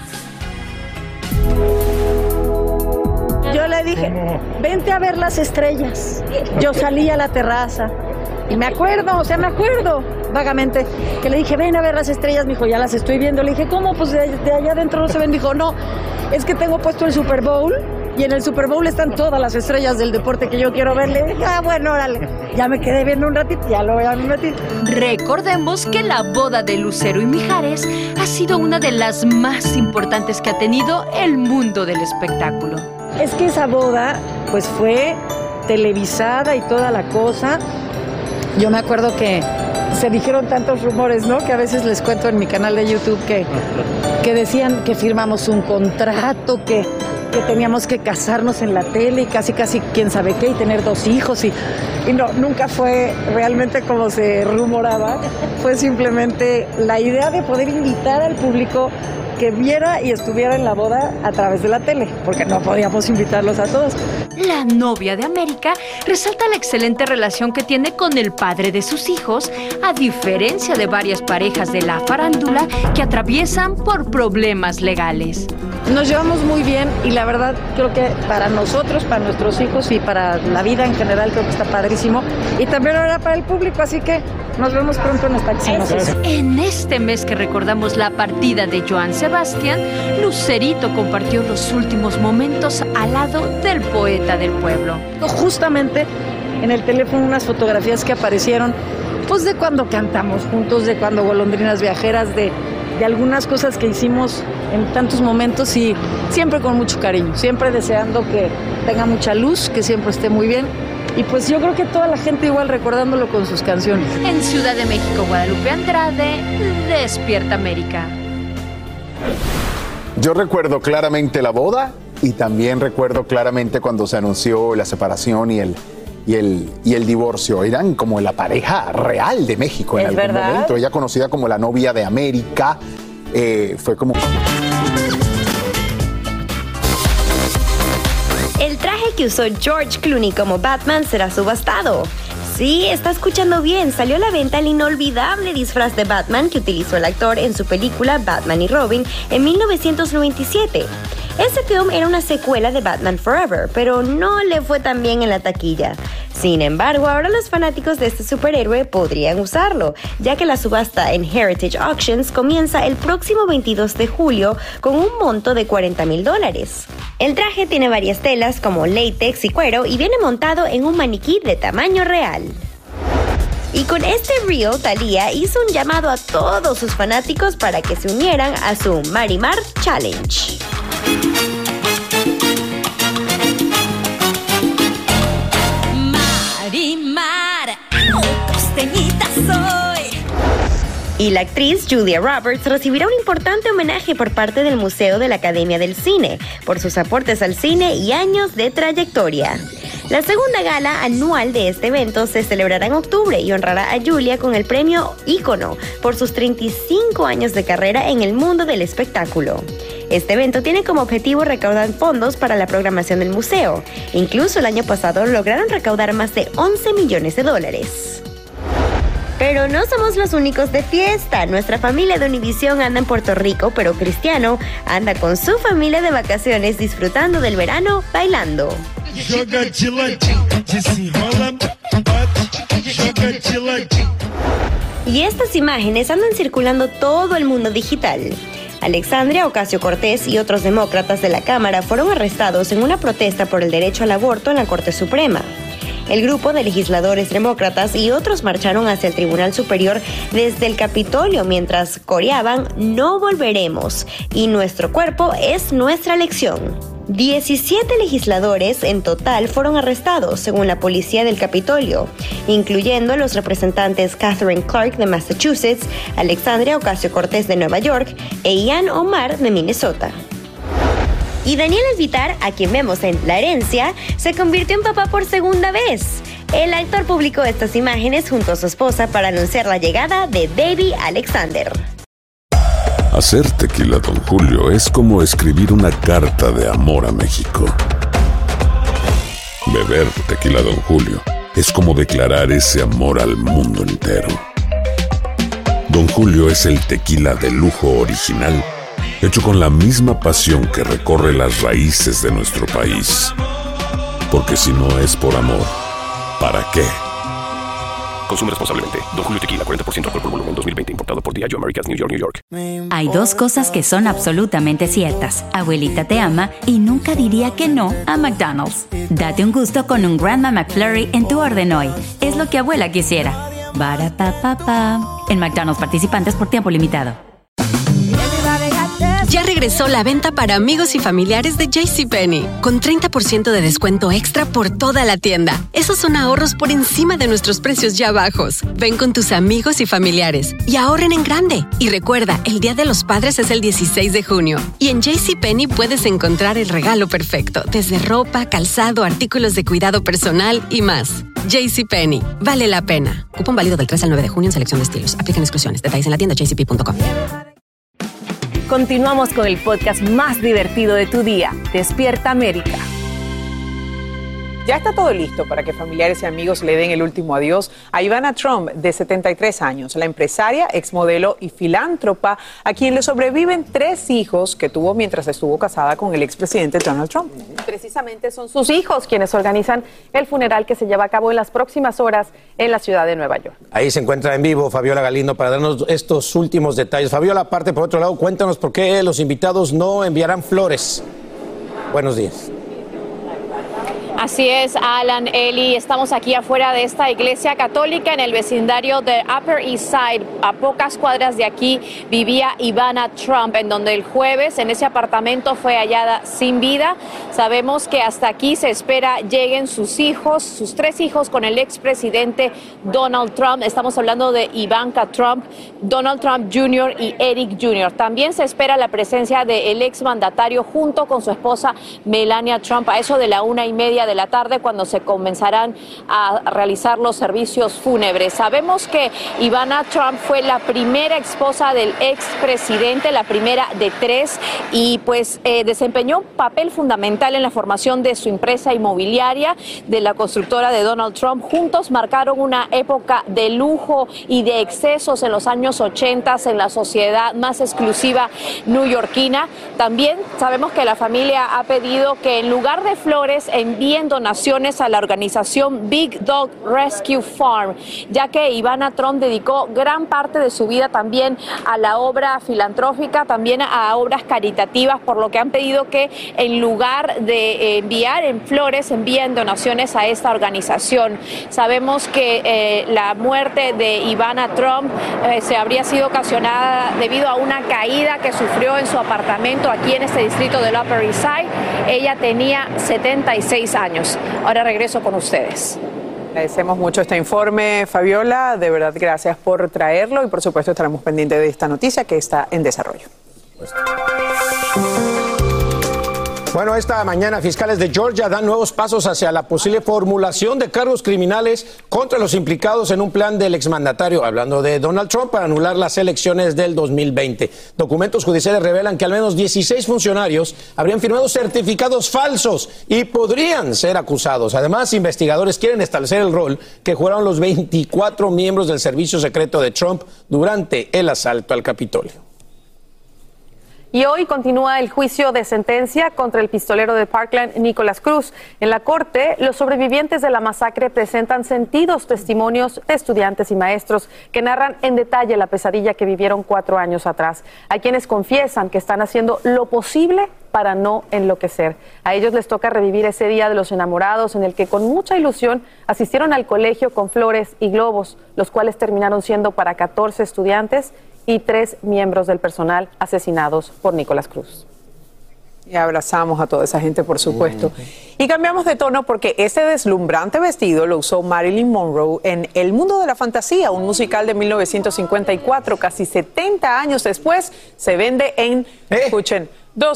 Yo le dije, vente a ver las estrellas. Yo salí a la terraza y me acuerdo vagamente, que le dije, ven a ver las estrellas. Me dijo, ya las estoy viendo. Le dije, ¿cómo? Pues de allá adentro no se ven. Dijo, no, es que tengo puesto el Super Bowl y en el Super Bowl están todas las estrellas del deporte que yo quiero ver. Le dije, bueno, órale. Ya me quedé viendo un ratito, ya lo voy a meter. Recordemos que la boda de Lucero y Mijares ha sido una de las más importantes que ha tenido el mundo del espectáculo. Es que esa boda, pues fue televisada y toda la cosa. Yo me acuerdo que se dijeron tantos rumores, ¿no? Que a veces les cuento en mi canal de YouTube que decían que firmamos un contrato, que teníamos que casarnos en la tele y casi quién sabe qué, y tener 2 hijos. Y no, nunca fue realmente como se rumoraba. Fue simplemente la idea de poder invitar al público que viera y estuviera en la boda a través de la tele, porque no podíamos invitarlos a todos. La novia de América resalta la excelente relación que tiene con el padre de sus hijos, a diferencia de varias parejas de la farándula que atraviesan por problemas legales. Nos llevamos muy bien y la verdad creo que para nosotros, para nuestros hijos y para la vida en general creo que está padrísimo, y también ahora para el público, así que nos vemos pronto en esta acción. En este mes que recordamos la partida de Joan Sebastián, Lucerito compartió los últimos momentos al lado del poeta del pueblo. Justamente en el teléfono unas fotografías que aparecieron, pues de cuando cantamos juntos, de cuando Golondrinas Viajeras, de algunas cosas que hicimos en tantos momentos, y siempre con mucho cariño, siempre deseando que tenga mucha luz, que siempre esté muy bien. Y pues yo creo que toda la gente igual recordándolo con sus canciones. En Ciudad de México, Guadalupe Andrade, Despierta América. Yo recuerdo claramente la boda, y también recuerdo claramente cuando se anunció la separación y el divorcio. Eran como la pareja real de México en algún momento. Ella conocida como la novia de América. Fue como... El traje que usó George Clooney como Batman será subastado. Sí, está escuchando bien. Salió a la venta el inolvidable disfraz de Batman que utilizó el actor en su película Batman y Robin en 1997. Ese film era una secuela de Batman Forever, pero no le fue tan bien en la taquilla. Sin embargo, ahora los fanáticos de este superhéroe podrían usarlo, ya que la subasta en Heritage Auctions comienza el próximo 22 de julio con un monto de $40,000. El traje tiene varias telas como látex y cuero y viene montado en un maniquí de tamaño real. Y con este reel, Thalía hizo un llamado a todos sus fanáticos para que se unieran a su Marimar Challenge. Marimar, costeñita soy. Y la actriz Julia Roberts recibirá un importante homenaje por parte del Museo de la Academia del Cine por sus aportes al cine y años de trayectoria. La segunda gala anual de este evento se celebrará en octubre y honrará a Julia con el premio Ícono por sus 35 años de carrera en el mundo del espectáculo. Este evento tiene como objetivo recaudar fondos para la programación del museo. Incluso el año pasado lograron recaudar más de $11 millones. Pero no somos los únicos de fiesta. Nuestra familia de Univisión anda en Puerto Rico, pero Cristiano anda con su familia de vacaciones disfrutando del verano bailando. Y estas imágenes andan circulando todo el mundo digital. Alexandria Ocasio-Cortez y otros demócratas de la Cámara fueron arrestados en una protesta por el derecho al aborto en la Corte Suprema. El grupo de legisladores demócratas y otros marcharon hacia el Tribunal Superior desde el Capitolio mientras coreaban "No volveremos" y "Nuestro cuerpo es nuestra elección". 17 legisladores en total fueron arrestados, según la policía del Capitolio, incluyendo a los representantes Katherine Clark de Massachusetts, Alexandria Ocasio-Cortez de Nueva York e Ilhan Omar de Minnesota. Y Daniel Elvitar, a quien vemos en La Herencia, se convirtió en papá por segunda vez. El actor publicó estas imágenes junto a su esposa para anunciar la llegada de Baby Alexander. Hacer tequila Don Julio es como escribir una carta de amor a México. Beber tequila Don Julio es como declarar ese amor al mundo entero. Don Julio es el tequila de lujo original, hecho con la misma pasión que recorre las raíces de nuestro país. Porque si no es por amor, ¿para qué? Consume responsablemente. Don Julio Tequila, 40% alcohol por volumen, 2020. Importado por Diageo Americas, New York, New York. Hay dos cosas que son absolutamente ciertas. Abuelita te ama y nunca diría que no a McDonald's. Date un gusto con un Grandma McFlurry en tu orden hoy. Es lo que abuela quisiera. Barapapapa. En McDonald's participantes por tiempo limitado. Ya regresó la venta para amigos y familiares de JCPenney, con 30% de descuento extra por toda la tienda. Esos son ahorros por encima de nuestros precios ya bajos. Ven con tus amigos y familiares y ahorren en grande. Y recuerda, el Día de los Padres es el 16 de junio. Y en JCPenney puedes encontrar el regalo perfecto, desde ropa, calzado, artículos de cuidado personal y más. JCPenney, vale la pena. Cupón válido del 3 al 9 de junio en selección de estilos. Aplican exclusiones. Detalles en la tienda jcp.com. Continuamos con el podcast más divertido de tu día, Despierta América. Ya está todo listo para que familiares y amigos le den el último adiós a Ivana Trump, de 73 años, la empresaria, exmodelo y filántropa, a quien le sobreviven 3 hijos que tuvo mientras estuvo casada con el expresidente Donald Trump. Precisamente son sus hijos quienes organizan el funeral que se lleva a cabo en las próximas horas en la ciudad de Nueva York. Ahí se encuentra en vivo Fabiola Galindo para darnos estos últimos detalles. Fabiola, aparte, por otro lado, cuéntanos por qué los invitados no enviarán flores. Buenos días. Así es, Alan, Eli, estamos aquí afuera de esta iglesia católica en el vecindario de Upper East Side. A pocas cuadras de aquí vivía Ivana Trump, en donde el jueves en ese apartamento fue hallada sin vida. Sabemos que hasta aquí se espera lleguen sus hijos, sus 3 hijos con el expresidente Donald Trump. Estamos hablando de Ivanka Trump, Donald Trump Jr. y Eric Jr. También se espera la presencia del exmandatario junto con su esposa Melania Trump a eso de la 1:30 de de la tarde, cuando se comenzarán a realizar los servicios fúnebres. Sabemos que Ivana Trump fue la primera esposa del expresidente, la primera de 3, y pues desempeñó un papel fundamental en la formación de su empresa inmobiliaria, de la constructora de Donald Trump. Juntos marcaron una época de lujo y de excesos en los años 80 en la sociedad más exclusiva neoyorquina. También sabemos que la familia ha pedido que en lugar de flores envíen donaciones a la organización Big Dog Rescue Farm, ya que Ivana Trump dedicó gran parte de su vida también a la obra filantrófica, también a obras caritativas, por lo que han pedido que en lugar de enviar en flores, envíen donaciones a esta organización. Sabemos que la muerte de Ivana Trump se habría sido ocasionada debido a una caída que sufrió en su apartamento aquí en este distrito del Upper East Side. Ella tenía 76 años. Ahora regreso con ustedes. Agradecemos mucho este informe, Fabiola. De verdad, gracias por traerlo y por supuesto estaremos pendientes de esta noticia que está en desarrollo. Bueno, esta mañana fiscales de Georgia dan nuevos pasos hacia la posible formulación de cargos criminales contra los implicados en un plan del exmandatario, hablando de Donald Trump, para anular las elecciones del 2020. Documentos judiciales revelan que al menos 16 funcionarios habrían firmado certificados falsos y podrían ser acusados. Además, investigadores quieren establecer el rol que jugaron los 24 miembros del servicio secreto de Trump durante el asalto al Capitolio. Y hoy continúa el juicio de sentencia contra el pistolero de Parkland, Nicholas Cruz. En la corte, los sobrevivientes de la masacre presentan sentidos testimonios de estudiantes y maestros que narran en detalle la pesadilla que vivieron 4 años atrás. Hay quienes confiesan que están haciendo lo posible para no enloquecer. A ellos les toca revivir ese día de los enamorados en el que con mucha ilusión asistieron al colegio con flores y globos, los cuales terminaron siendo para 14 estudiantes y 3 miembros del personal asesinados por Nicholas Cruz. Y abrazamos a toda esa gente, por supuesto. Y cambiamos de tono porque este deslumbrante vestido lo usó Marilyn Monroe en El Mundo de la Fantasía, un musical de 1954. Casi 70 años después se vende en, escuchen,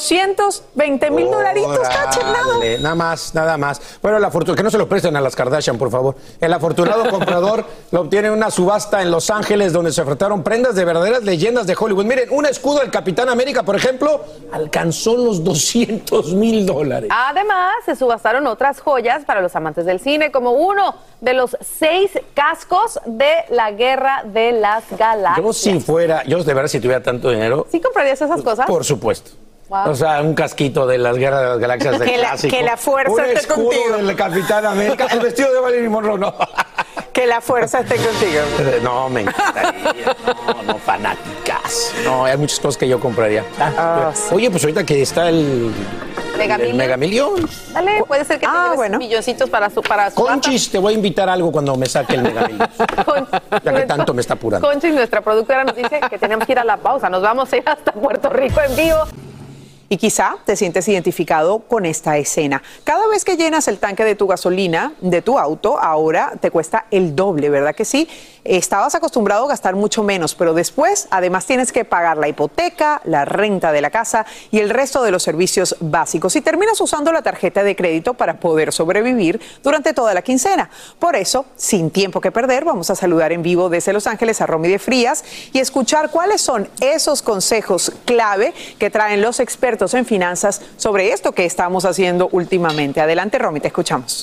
$220,000, Cache, nada más. Bueno, que no se lo presten a las Kardashian, por favor. El afortunado comprador lo obtiene en una subasta en Los Ángeles, donde se ofertaron prendas de verdaderas leyendas de Hollywood. Miren, un escudo del Capitán América, por ejemplo, alcanzó los $200,000. Además, se subastaron otras joyas para los amantes del cine, como uno de los 6 cascos de la Guerra de las Galaxias. Yo de verdad, si tuviera tanto dinero... ¿Sí comprarías esas cosas? Por supuesto. Wow. O sea, un casquito de las Guerras de las Galaxias del clásico. Que la fuerza esté contigo. Un escudo del Capitán América. El vestido de Marilyn Monroe, no. Que la fuerza esté contigo. No, me encantaría. No, fanáticas. No, hay muchas cosas que yo compraría. Sí. Oye, pues ahorita que está el Mega Millions. Dale, puede ser que te lleves milloncitos para su Conchis, te voy a invitar algo cuando me saque el Mega Millions. Ya que tanto me está apurando. Conchis, nuestra productora, nos dice que tenemos que ir a la pausa. Nos vamos a ir hasta Puerto Rico en vivo. Y quizá te sientes identificado con esta escena. Cada vez que llenas el tanque de tu gasolina, de tu auto, ahora te cuesta el doble, ¿verdad que sí? Estabas acostumbrado a gastar mucho menos, pero después además tienes que pagar la hipoteca, la renta de la casa y el resto de los servicios básicos. Y terminas usando la tarjeta de crédito para poder sobrevivir durante toda la quincena. Por eso, sin tiempo que perder, vamos a saludar en vivo desde Los Ángeles a Romy de Frías y escuchar cuáles son esos consejos clave que traen los expertos en finanzas sobre esto que estamos haciendo últimamente. Adelante, Romy, te escuchamos.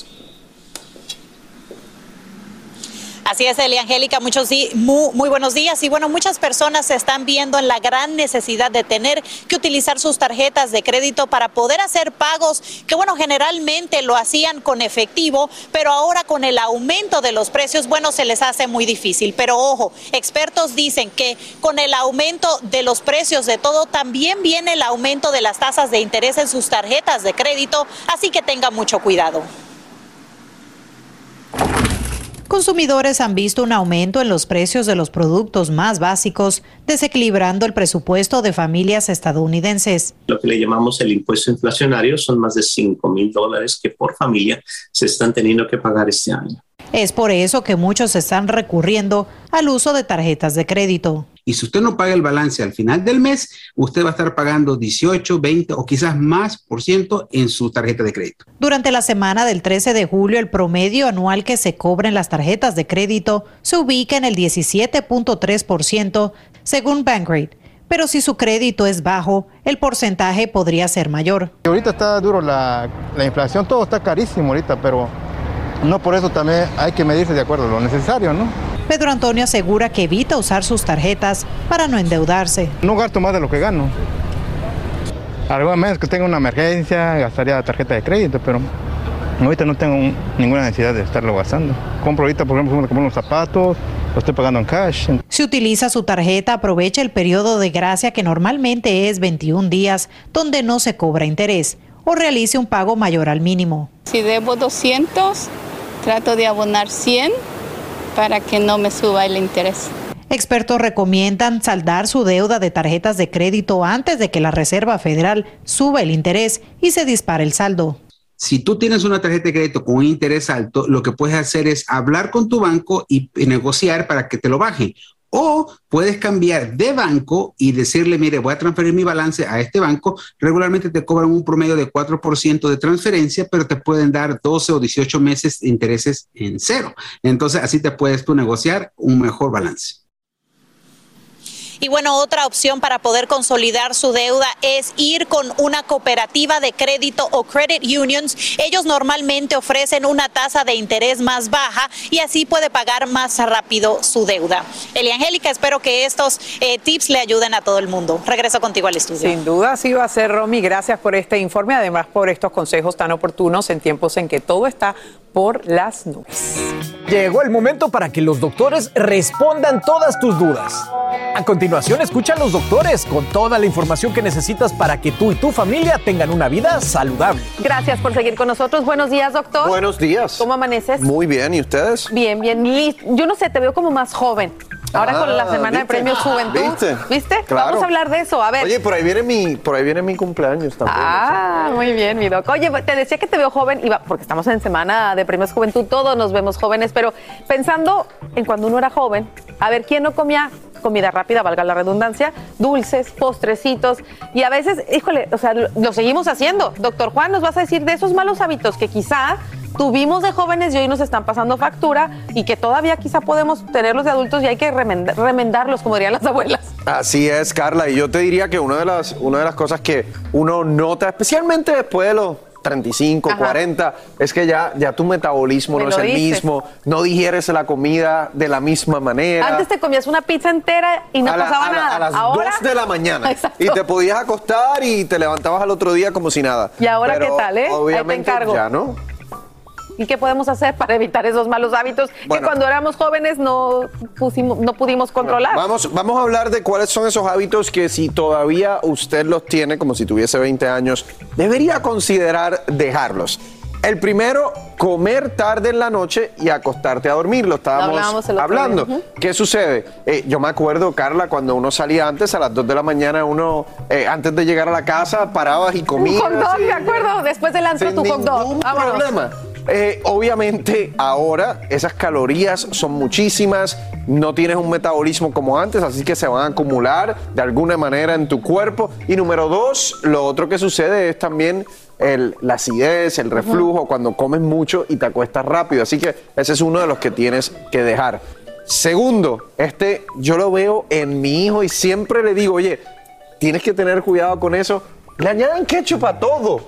Así es, Eliangélica, muy buenos días. Y bueno, muchas personas se están viendo en la gran necesidad de tener que utilizar sus tarjetas de crédito para poder hacer pagos que, bueno, generalmente lo hacían con efectivo, pero ahora con el aumento de los precios, bueno, se les hace muy difícil. Pero ojo, expertos dicen que con el aumento de los precios de todo, también viene el aumento de las tasas de interés en sus tarjetas de crédito, así que tengan mucho cuidado. Consumidores han visto un aumento en los precios de los productos más básicos, desequilibrando el presupuesto de familias estadounidenses. Lo que le llamamos el impuesto inflacionario son más de $5,000 que por familia se están teniendo que pagar este año. Es por eso que muchos están recurriendo al uso de tarjetas de crédito. y si usted no paga el balance al final del mes, usted va a estar pagando 18, 20 o quizás más % en su tarjeta de crédito. Durante la semana del 13 de julio, el promedio anual que se cobra en las tarjetas de crédito se ubica en el 17.3%, según Bankrate. Pero si su crédito es bajo, el porcentaje podría ser mayor. Ahorita está duro la inflación, todo está carísimo ahorita, pero no por eso también hay que medirse de acuerdo a lo necesario, ¿no? Pedro Antonio asegura que evita usar sus tarjetas para no endeudarse. No gasto más de lo que gano. Alguna vez que tenga una emergencia, gastaría la tarjeta de crédito, pero ahorita no tengo ninguna necesidad de estarlo gastando. Compro ahorita, por ejemplo, compro unos zapatos, lo estoy pagando en cash. Si utiliza su tarjeta, aprovecha el periodo de gracia que normalmente es 21 días, donde no se cobra interés, o realice un pago mayor al mínimo. Si debo 200, trato de abonar 100 para que no me suba el interés. Expertos recomiendan saldar su deuda de tarjetas de crédito antes de que la Reserva Federal suba el interés y se dispare el saldo. Si tú tienes una tarjeta de crédito con un interés alto, lo que puedes hacer es hablar con tu banco y negociar para que te lo bajen. O puedes cambiar de banco y decirle, mire, voy a transferir mi balance a este banco. Regularmente te cobran un promedio de 4% de transferencia, pero te pueden dar 12 o 18 meses de intereses en cero. Entonces, así te puedes tú negociar un mejor balance. Y bueno, otra opción para poder consolidar su deuda es ir con una cooperativa de crédito o credit unions. Ellos normalmente ofrecen una tasa de interés más baja y así puede pagar más rápido su deuda. Eliangélica, espero que estos tips le ayuden a todo el mundo. Regreso contigo al estudio. Sin duda, así va a ser, Romy. Gracias por este informe, además por estos consejos tan oportunos en tiempos en que todo está por las nubes. Llegó el momento para que los doctores respondan todas tus dudas. A continuación, escucha a los doctores con toda la información que necesitas para que tú y tu familia tengan una vida saludable. Gracias por seguir con nosotros. Buenos días, doctor. Buenos días. ¿Cómo amaneces? Muy bien, ¿y ustedes? Bien, bien. Yo no sé, te veo como más joven. Ahora con la semana de premios Juventud. ¿Viste? Claro. Vamos a hablar de eso. A ver. Oye, por ahí viene mi cumpleaños también. Ah, muy bien, mi doc. Oye, te decía que te veo joven, porque estamos en semana de premios Juventud, todos nos vemos jóvenes, pero pensando en cuando uno era joven, a ver, ¿quién no comía comida rápida, valga la redundancia, dulces, postrecitos? Y a veces, híjole, o sea, lo seguimos haciendo. Doctor Juan, nos vas a decir de esos malos hábitos que quizá tuvimos de jóvenes y hoy nos están pasando factura y que todavía quizá podemos tenerlos de adultos y hay que remendarlos, como dirían las abuelas. Así es, Carla, y yo te diría que una de las cosas que uno nota, especialmente después de los 35, 40, es que ya tu metabolismo no es el mismo, no digieres la comida de la misma manera. Antes te comías una pizza entera y no pasaba nada. A las ahora, 2 de la mañana. Exacto. Y te podías acostar y te levantabas al otro día como si nada. ¿Y ahora pero qué tal, obviamente ahí te encargo. Ya no. ¿Y qué podemos hacer para evitar esos malos hábitos que cuando éramos jóvenes no pudimos controlar? Vamos a hablar de cuáles son esos hábitos que si todavía usted los tiene, como si tuviese 20 años, debería considerar dejarlos. El primero, comer tarde en la noche y acostarte a dormir. Lo estábamos hablando. ¿Qué sucede? Yo me acuerdo, Carla, cuando uno salía antes, a las 2 de la mañana, uno, antes de llegar a la casa, parabas y comías. Un hot dog, me acuerdo. Después del antro, tu hot dog. Sin ningún problema. Obviamente ahora esas calorías son muchísimas, no tienes un metabolismo como antes, así que se van a acumular de alguna manera en tu cuerpo. Y número 2, lo otro que sucede es también la acidez, el reflujo, cuando comes mucho y te acuestas rápido. Así que ese es uno de los que tienes que dejar. Segundo, yo lo veo en mi hijo y siempre le digo, oye, tienes que tener cuidado con eso. Le añaden ketchup a todo.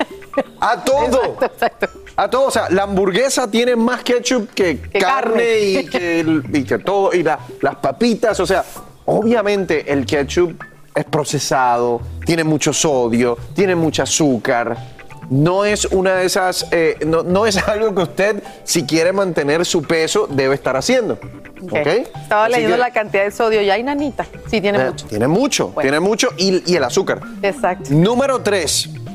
A todo. Exacto. A todo. O sea, la hamburguesa tiene más ketchup que carne y que todo. Y las papitas. O sea, obviamente el ketchup es procesado, tiene mucho sodio, tiene mucho azúcar. No es una de esas, no es algo que usted, si quiere mantener su peso, debe estar haciendo. ¿Okay? Estaba leyendo la cantidad de sodio y hay nanita. Sí, tiene mucho. Tiene mucho, Bueno. tiene mucho y el azúcar. Exacto. Número 3,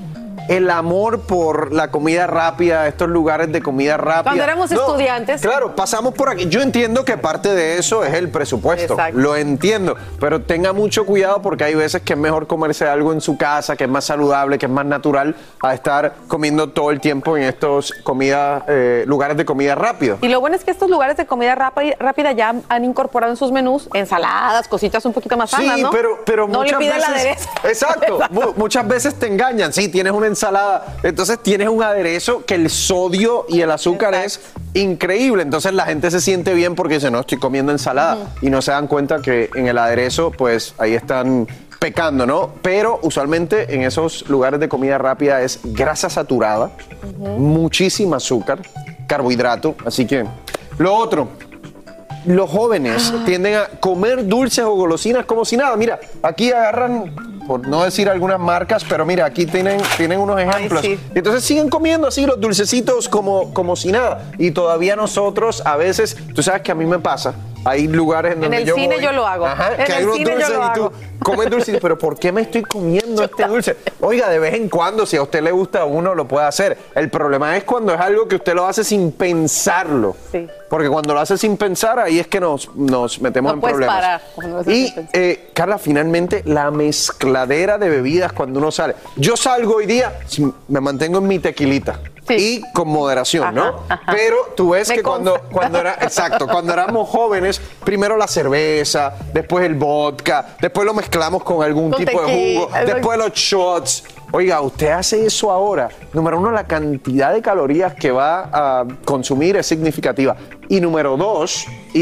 el amor por la comida rápida, estos lugares de comida rápida. Cuando éramos estudiantes. Claro, pasamos por aquí. Yo entiendo que parte de eso es el presupuesto. Exacto. Lo entiendo. Pero tenga mucho cuidado porque hay veces que es mejor comerse algo en su casa, que es más saludable, que es más natural, a estar comiendo todo el tiempo en estos lugares de comida rápida. Y lo bueno es que estos lugares de comida rápida ya han incorporado en sus menús ensaladas, cositas un poquito más sanas, Sí, ¿no? pero no muchas le piden veces... el aderezo. Exacto. Muchas veces te engañan. Sí, tienes una ensalada, entonces tienes un aderezo que el sodio y el azúcar es increíble. Entonces la gente se siente bien porque dice, no, estoy comiendo ensalada. Y no se dan cuenta que en el aderezo, pues ahí están pecando, ¿no? Pero usualmente en esos lugares de comida rápida es grasa saturada, muchísima azúcar, carbohidrato. Así que lo otro, los jóvenes tienden a comer dulces o golosinas como si nada. Mira, aquí agarran, por no decir algunas marcas, pero mira, aquí tienen unos ejemplos. Ay, sí. Entonces siguen comiendo así los dulcecitos como si nada. Y todavía nosotros a veces, tú sabes que a mí me pasa, hay lugares en donde En el cine voy, yo lo hago. Ajá, En que hay el unos cine yo dulces lo y tú hago. comes dulce y dices, pero ¿por qué me estoy comiendo este dulce? Oiga, de vez en cuando, si a usted le gusta uno, lo puede hacer. El problema es cuando es algo que usted lo hace sin pensarlo. Sí. Porque cuando lo hace sin pensar, ahí es que nos metemos en puedes problemas. parar cuando lo haces Y, sin pensar. Carla, finalmente, la mezcladera de bebidas cuando uno sale. Yo salgo hoy día, me mantengo en mi tequilita. Y con moderación, ¿no? Pero tú ves que cuando éramos jóvenes, primero la cerveza, después el vodka, después lo mezclamos con algún Con tipo de tequila, jugo, después los shots. Oiga, usted hace eso ahora. Número uno, la cantidad de calorías que va a consumir es significativa. Y número dos,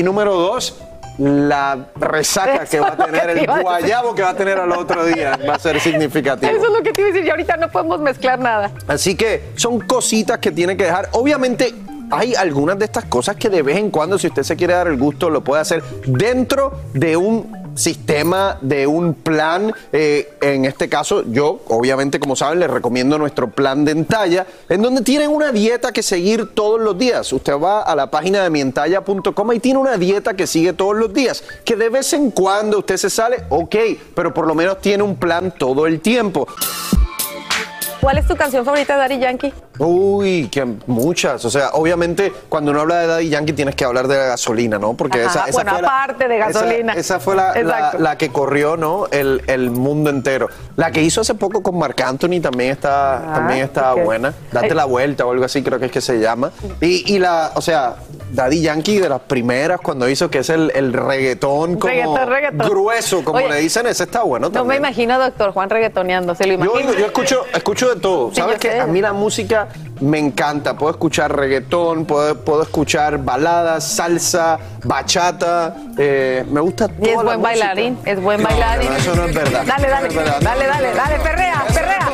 la resaca que va a tener, el guayabo que va a tener al otro día va a ser significativo. Eso es lo que te iba a decir. Y ahorita no podemos mezclar nada. Así que son cositas que tiene que dejar. Obviamente hay algunas de estas cosas que de vez en cuando, si usted se quiere dar el gusto, lo puede hacer dentro de un sistema, de un plan. En este caso, yo, obviamente, como saben, les recomiendo nuestro plan de Entalla, en donde tienen una dieta que seguir todos los días. Usted va a la página de mientalla.com y tiene una dieta que sigue todos los días, que de vez en cuando usted se sale, ok, pero por lo menos tiene un plan todo el tiempo. ¿Cuál es tu canción favorita de Daddy Yankee? Uy, que muchas. O sea, obviamente, cuando uno habla de Daddy Yankee tienes que hablar de la gasolina, ¿no? Porque esa bueno, fue aparte de gasolina. Esa fue la que corrió, ¿no? El mundo entero. La que hizo hace poco con Marc Anthony también está buena. Date la vuelta o algo así, creo que es que se llama. Y o sea, Daddy Yankee de las primeras cuando hizo que es el reggaetón como reggaetón. Grueso, como Oye, le dicen, ese está bueno también. No me imagino a Doctor Juan reggaetoneando, ¿se lo imagino? Yo escucho de todo. Sí, ¿Sabes yo qué? sé. A mí la música me encanta. Puedo escuchar reggaetón, puedo escuchar baladas, salsa, bachata. Me gusta toda Y es la buen música. bailarín, es buen bailarín. No, eso no es verdad. Dale, Eso no es verdad. dale, perrea.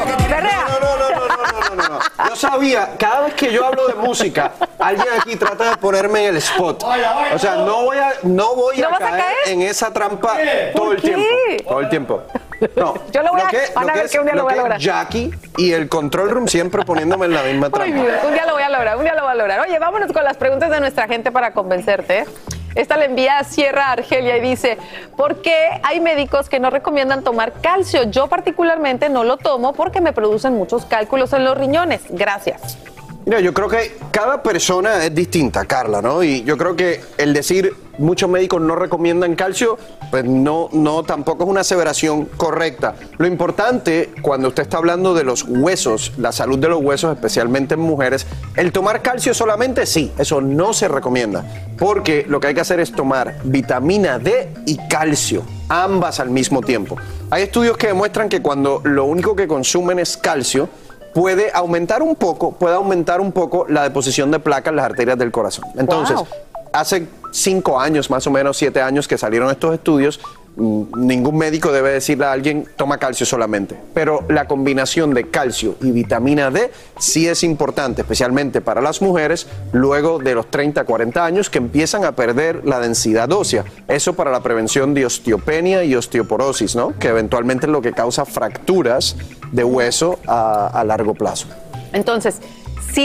No. Yo sabía, cada vez que yo hablo de música, alguien aquí trata de ponerme en el spot. O sea, no voy a vas a caer caer? en esa trampa todo el qué? tiempo. Todo el tiempo. No, Yo lo voy a- van a ver que un día lo voy a lograr. Jackie y el control room siempre poniéndome en la misma Ay, trampa. mira, un día lo voy a lograr. Oye, vámonos con las preguntas de nuestra gente para convencerte. Esta la envía a Sierra Argelia y dice, ¿por qué hay médicos que no recomiendan tomar calcio? Yo particularmente no lo tomo porque me producen muchos cálculos en los riñones. Gracias. Mira, yo creo que cada persona es distinta, Carla, ¿no? Y yo creo que el decir muchos médicos no recomiendan calcio, pues no tampoco es una aseveración correcta. Lo importante cuando usted está hablando de los huesos, la salud de los huesos, especialmente en mujeres, el tomar calcio solamente sí, eso no se recomienda, porque lo que hay que hacer es tomar vitamina D y calcio, ambas al mismo tiempo. Hay estudios que demuestran que cuando lo único que consumen es calcio, puede aumentar un poco la deposición de placa en las arterias del corazón. Entonces, hace 5 años, más o menos 7 años que salieron estos estudios, ningún médico debe decirle a alguien toma calcio solamente, pero la combinación de calcio y vitamina D sí es importante, especialmente para las mujeres luego de los 30, 40 años que empiezan a perder la densidad ósea. Eso para la prevención de osteopenia y osteoporosis, ¿no? Que eventualmente es lo que causa fracturas de hueso a largo plazo. Entonces, sí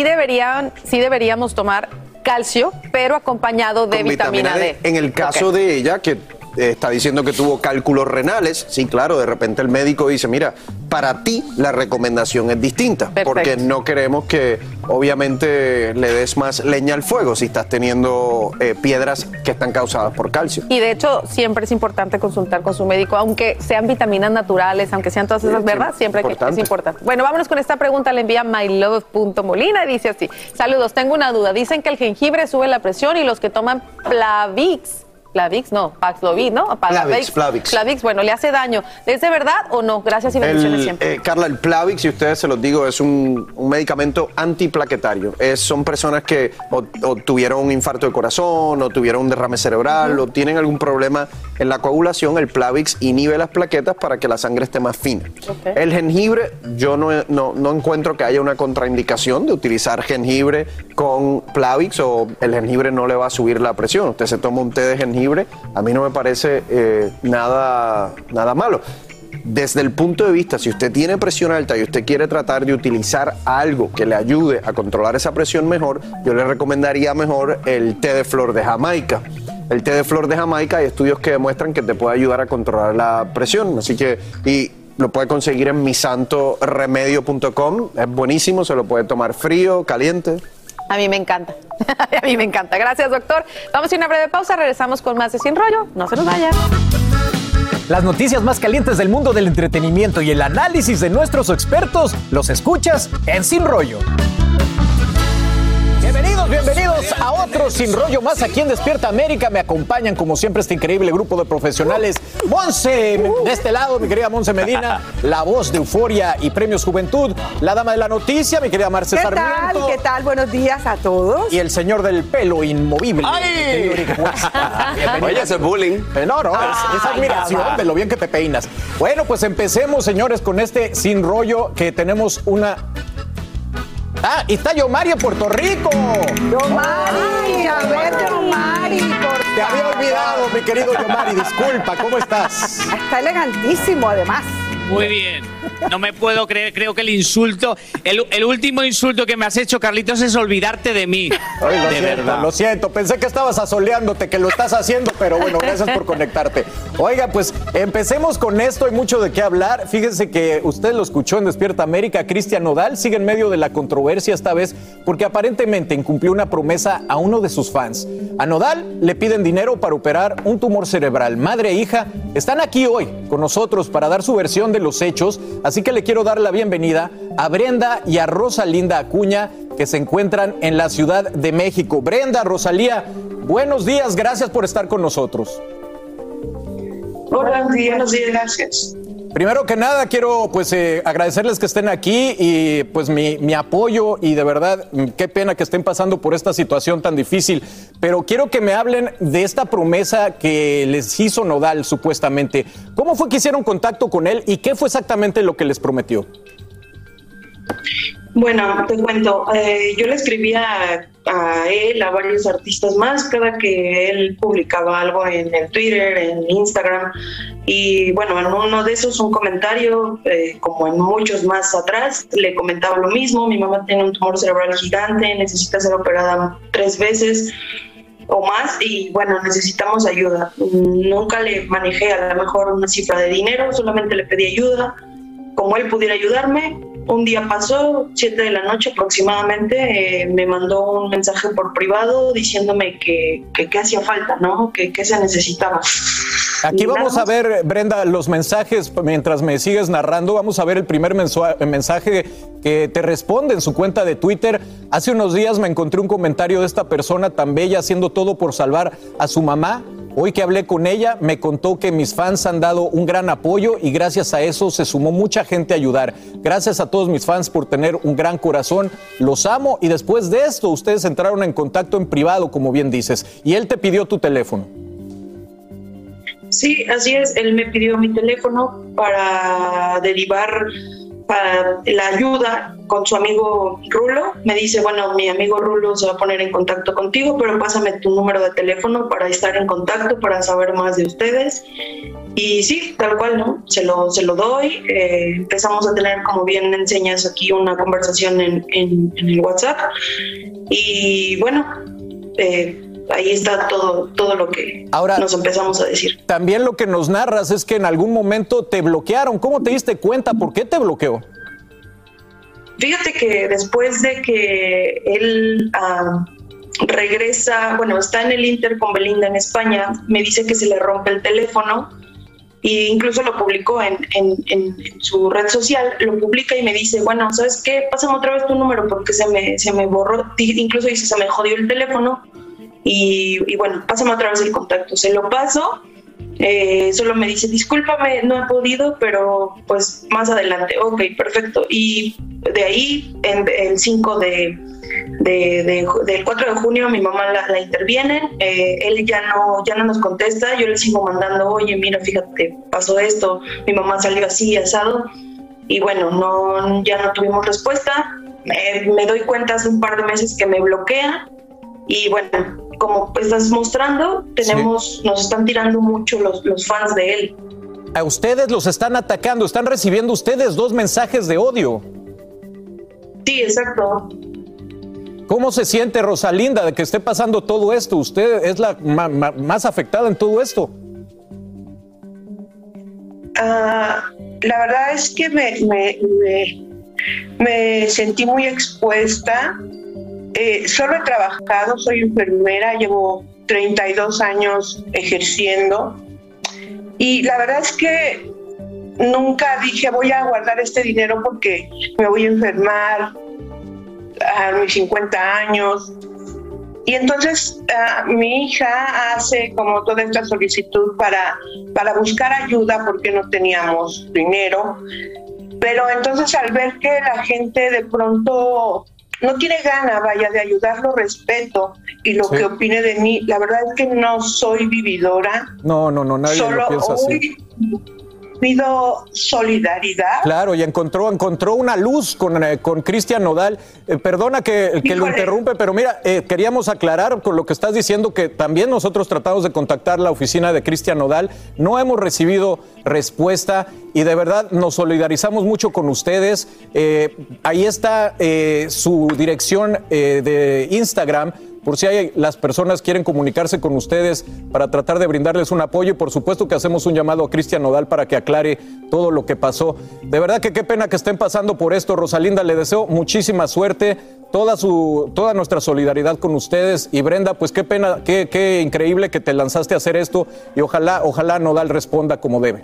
deberíamos tomar calcio, pero acompañado de Con vitamina D. En el caso de ella, que está diciendo que tuvo cálculos renales. Sí, claro, de repente el médico dice, mira, para ti la recomendación es distinta. Perfecto. Porque no queremos que obviamente le des más leña al fuego si estás teniendo piedras que están causadas por calcio. Y de hecho, siempre es importante consultar con su médico, aunque sean vitaminas naturales, aunque sean todas esas, ¿verdad? Siempre es importante. Bueno, vámonos con esta pregunta, le envía mylove.molina y dice así: saludos, tengo una duda. Dicen que el jengibre sube la presión y los que toman Plavix, no, Paxlovid, ¿no? Plavix, bueno, le hace daño. ¿Es de verdad o no? Gracias y bendiciones siempre. Carla, el Plavix, si ustedes se los digo, es un medicamento antiplaquetario. Son personas que o tuvieron un infarto de corazón, o tuvieron un derrame cerebral, o tienen algún problema en la coagulación. El Plavix inhibe las plaquetas para que la sangre esté más fina. Okay. El jengibre, yo no encuentro que haya una contraindicación de utilizar jengibre con Plavix, o el jengibre no le va a subir la presión. Usted se toma un té de jengibre, a mí no me parece nada malo. Desde el punto de vista, si usted tiene presión alta y usted quiere tratar de utilizar algo que le ayude a controlar esa presión mejor, yo le recomendaría mejor el té de flor de Jamaica. El té de flor de Jamaica, hay estudios que demuestran que te puede ayudar a controlar la presión, así que lo puede conseguir en misantoremedio.com, es buenísimo, se lo puede tomar frío, caliente. A mí me encanta. A mí me encanta. Gracias, doctor. Vamos a ir a una breve pausa. Regresamos con más de Sin Rollo. No se nos vayan. Las noticias más calientes del mundo del entretenimiento y el análisis de nuestros expertos los escuchas en Sin Rollo. Bienvenidos a otro Sin Rollo más aquí en Despierta América. Me acompañan como siempre este increíble grupo de profesionales. Monse, de este lado, mi querida Monse Medina, la voz de Euforia y Premios Juventud, la dama de la noticia, mi querida Marce Sarmiento. ¿Qué tal? Buenos días a todos. Y el señor del pelo inmovible. ¡Ay! Oye, ese bullying. No, es admiración de lo bien que te peinas. Bueno, pues empecemos, señores, con este Sin Rollo que tenemos una... y está Yomari en Puerto Rico. Yomari, a ver, Yomari. Te había olvidado, mi querido Yomari, disculpa, ¿cómo estás? Está elegantísimo, además. Muy bien. No me puedo creer, creo que el insulto, el último insulto que me has hecho, Carlitos, es olvidarte de mí. Ay, lo siento, pensé que estabas asoleándote, que lo estás haciendo, pero bueno, gracias por conectarte. Oiga, pues empecemos con esto, hay mucho de qué hablar. Fíjense que usted lo escuchó en Despierta América, Cristian Nodal sigue en medio de la controversia esta vez porque aparentemente incumplió una promesa a uno de sus fans. A Nodal le piden dinero para operar un tumor cerebral. Madre e hija están aquí hoy con nosotros para dar su versión de los hechos. Así que le quiero dar la bienvenida a Brenda y a Rosalinda Acuña, que se encuentran en la Ciudad de México. Brenda, Rosalía, buenos días, gracias por estar con nosotros. Buenos días, gracias. Primero que nada, quiero agradecerles que estén aquí y pues mi apoyo, y de verdad, qué pena que estén pasando por esta situación tan difícil, pero quiero que me hablen de esta promesa que les hizo Nodal, supuestamente. ¿Cómo fue que hicieron contacto con él y qué fue exactamente lo que les prometió? Bueno, te cuento, yo le escribía a él, a varios artistas más, cada que él publicaba algo en el Twitter, en Instagram, y bueno, en uno de esos, un comentario, como en muchos más atrás, le comentaba lo mismo: mi mamá tiene un tumor cerebral gigante, necesita ser operada 3 veces o más, y bueno, necesitamos ayuda. Nunca le manejé a lo mejor una cifra de dinero, solamente le pedí ayuda, como él pudiera ayudarme. Un día pasó, 7 de la noche aproximadamente, me mandó un mensaje por privado diciéndome que hacía falta, ¿no? Que se necesitaba. Aquí vamos a ver, Brenda, los mensajes, mientras me sigues narrando, vamos a ver el primer mensaje que te responde en su cuenta de Twitter. Hace unos días me encontré un comentario de esta persona tan bella haciendo todo por salvar a su mamá. Hoy que hablé con ella, me contó que mis fans han dado un gran apoyo y gracias a eso se sumó mucha gente a ayudar. Gracias a todos mis fans por tener un gran corazón, los amo, y después de esto ustedes entraron en contacto en privado, como bien dices, y él te pidió tu teléfono. Sí, así es, él me pidió mi teléfono para derivar para la ayuda con su amigo Rulo. Me dice, bueno, mi amigo Rulo se va a poner en contacto contigo, pero pásame tu número de teléfono para estar en contacto, para saber más de ustedes. Y sí, tal cual, ¿no? Se lo doy. Empezamos a tener, como bien enseñas aquí, una conversación en el WhatsApp. Y bueno, ahí está todo lo que ahora nos empezamos a decir. También lo que nos narras es que en algún momento te bloquearon. ¿Cómo te diste cuenta? ¿Por qué te bloqueó? Fíjate que después de que él regresa, bueno, está en el Inter con Belinda en España, me dice que se le rompe el teléfono e incluso lo publicó en su red social, lo publica y me dice, bueno, ¿sabes qué? Pásame otra vez tu número porque se me borró, incluso dice, se me jodió el teléfono y bueno, pásame otra vez el contacto. Se lo paso, solo me dice, discúlpame, no he podido, pero pues más adelante. Ok, perfecto. Y de ahí, el 5 del 4 de junio, mi mamá la interviene, él ya no nos contesta, yo le sigo mandando, oye, mira, fíjate, pasó esto, mi mamá salió así, asado, y bueno, ya no tuvimos respuesta. Me doy cuenta hace un par de meses que me bloquea, y bueno, como estás mostrando, nos están tirando mucho los fans de él. A ustedes los están atacando, están recibiendo ustedes 2 mensajes de odio. Sí, exacto. ¿Cómo se siente Rosalinda de que esté pasando todo esto? Usted es la más afectada en todo esto. La verdad es que me sentí muy expuesta. Solo he trabajado, soy enfermera, llevo 32 años ejerciendo y la verdad es que nunca dije voy a guardar este dinero porque me voy a enfermar a mis 50 años. Y entonces mi hija hace como toda esta solicitud para buscar ayuda porque no teníamos dinero. Pero entonces al ver que la gente de pronto no tiene gana, de ayudarlo, respeto y lo que opine de mí, la verdad es que no soy vividora. No, nadie lo piensa así. Pido solidaridad. Claro, y encontró una luz con Cristian Nodal. Perdona que lo interrumpe, pero mira, queríamos aclarar con lo que estás diciendo que también nosotros tratamos de contactar la oficina de Cristian Nodal. No hemos recibido respuesta y de verdad nos solidarizamos mucho con ustedes. Ahí está su dirección de Instagram, por si las personas quieren comunicarse con ustedes para tratar de brindarles un apoyo. Y por supuesto que hacemos un llamado a Cristian Nodal para que aclare todo lo que pasó. De verdad que qué pena que estén pasando por esto, Rosalinda. Le deseo muchísima suerte, toda nuestra solidaridad con ustedes. Y Brenda, pues qué pena, qué increíble que te lanzaste a hacer esto. Y ojalá Nodal responda como debe.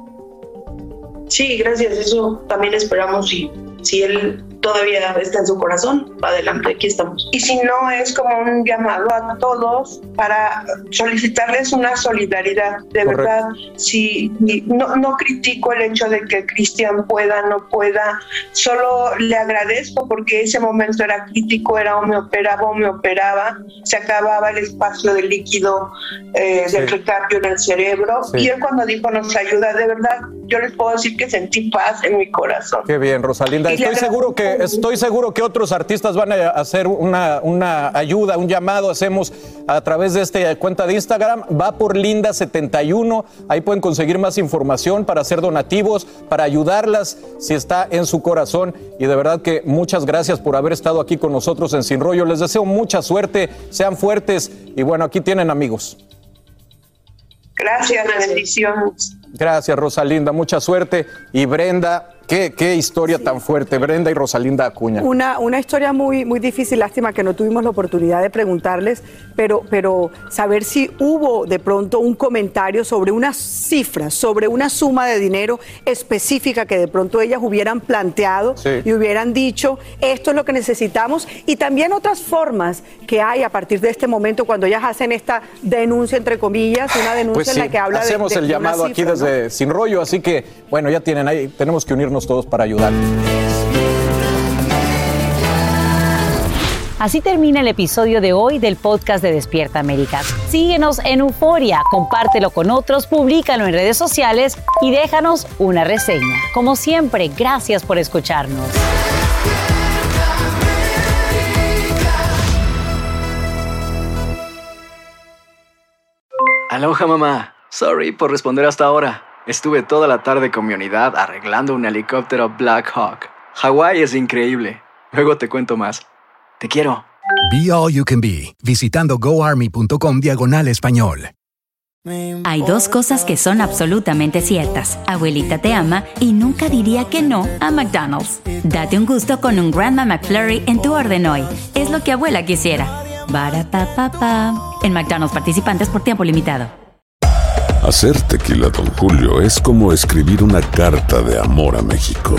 Sí, gracias. Eso también esperamos. Y si él todavía está en su corazón, adelante, aquí estamos. Y si no, es como un llamado a todos para solicitarles una solidaridad. De Correcto. verdad, si no critico el hecho de que Cristian pueda, no pueda, solo le agradezco porque ese momento era crítico, era o me operaba, se acababa el espacio de líquido del recambio en el cerebro. Y él cuando dijo nos ayuda, de verdad, yo les puedo decir que sentí paz en mi corazón. Qué bien, Rosalinda. Estoy seguro que otros artistas van a hacer una ayuda, un llamado. Hacemos a través de esta cuenta de Instagram, va por Linda71. Ahí pueden conseguir más información para hacer donativos, para ayudarlas si está en su corazón. Y de verdad que muchas gracias por haber estado aquí con nosotros en Sin Rollo. Les deseo mucha suerte, sean fuertes y bueno, aquí tienen amigos. Gracias, bendiciones. Gracias, Rosalinda, mucha suerte. Y Brenda, qué historia tan fuerte, Brenda y Rosalinda Acuña. Una historia muy, muy difícil, lástima que no tuvimos la oportunidad de preguntarles, pero saber si hubo de pronto un comentario sobre una cifra, sobre una suma de dinero específica que de pronto ellas hubieran planteado y hubieran dicho, esto es lo que necesitamos, y también otras formas que hay a partir de este momento cuando ellas hacen esta denuncia, entre comillas, una denuncia en la que habla hacemos el llamado cifra, aquí desde Sin Rollo, así que bueno, ya tienen ahí, tenemos que unirnos todos para ayudar. Así termina el episodio de hoy del podcast de Despierta América. Síguenos en Euforia, compártelo con otros, públicalo en redes sociales y déjanos una reseña. Como siempre, gracias por escucharnos. Aloha, mamá. Sorry por responder hasta ahora. Estuve toda la tarde con mi unidad arreglando un helicóptero Black Hawk. Hawái es increíble. Luego te cuento más. Te quiero. Be All You Can Be, visitando goarmy.com/español. Hay dos cosas que son absolutamente ciertas. Abuelita te ama y nunca diría que no a McDonald's. Date un gusto con un Grandma McFlurry en tu orden hoy. Es lo que abuela quisiera. Barapapapa. En McDonald's participantes por tiempo limitado. Hacer tequila Don Julio es como escribir una carta de amor a México.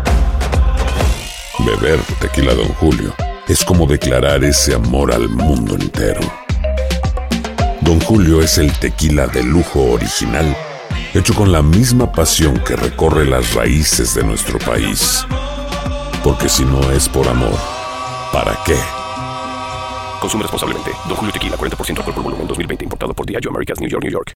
Beber tequila Don Julio es como declarar ese amor al mundo entero. Don Julio es el tequila de lujo original, hecho con la misma pasión que recorre las raíces de nuestro país. Porque si no es por amor, ¿para qué? Consume responsablemente. Don Julio Tequila, 40% alcohol por volumen, 2020. Importado por Diageo Americas, New York, New York.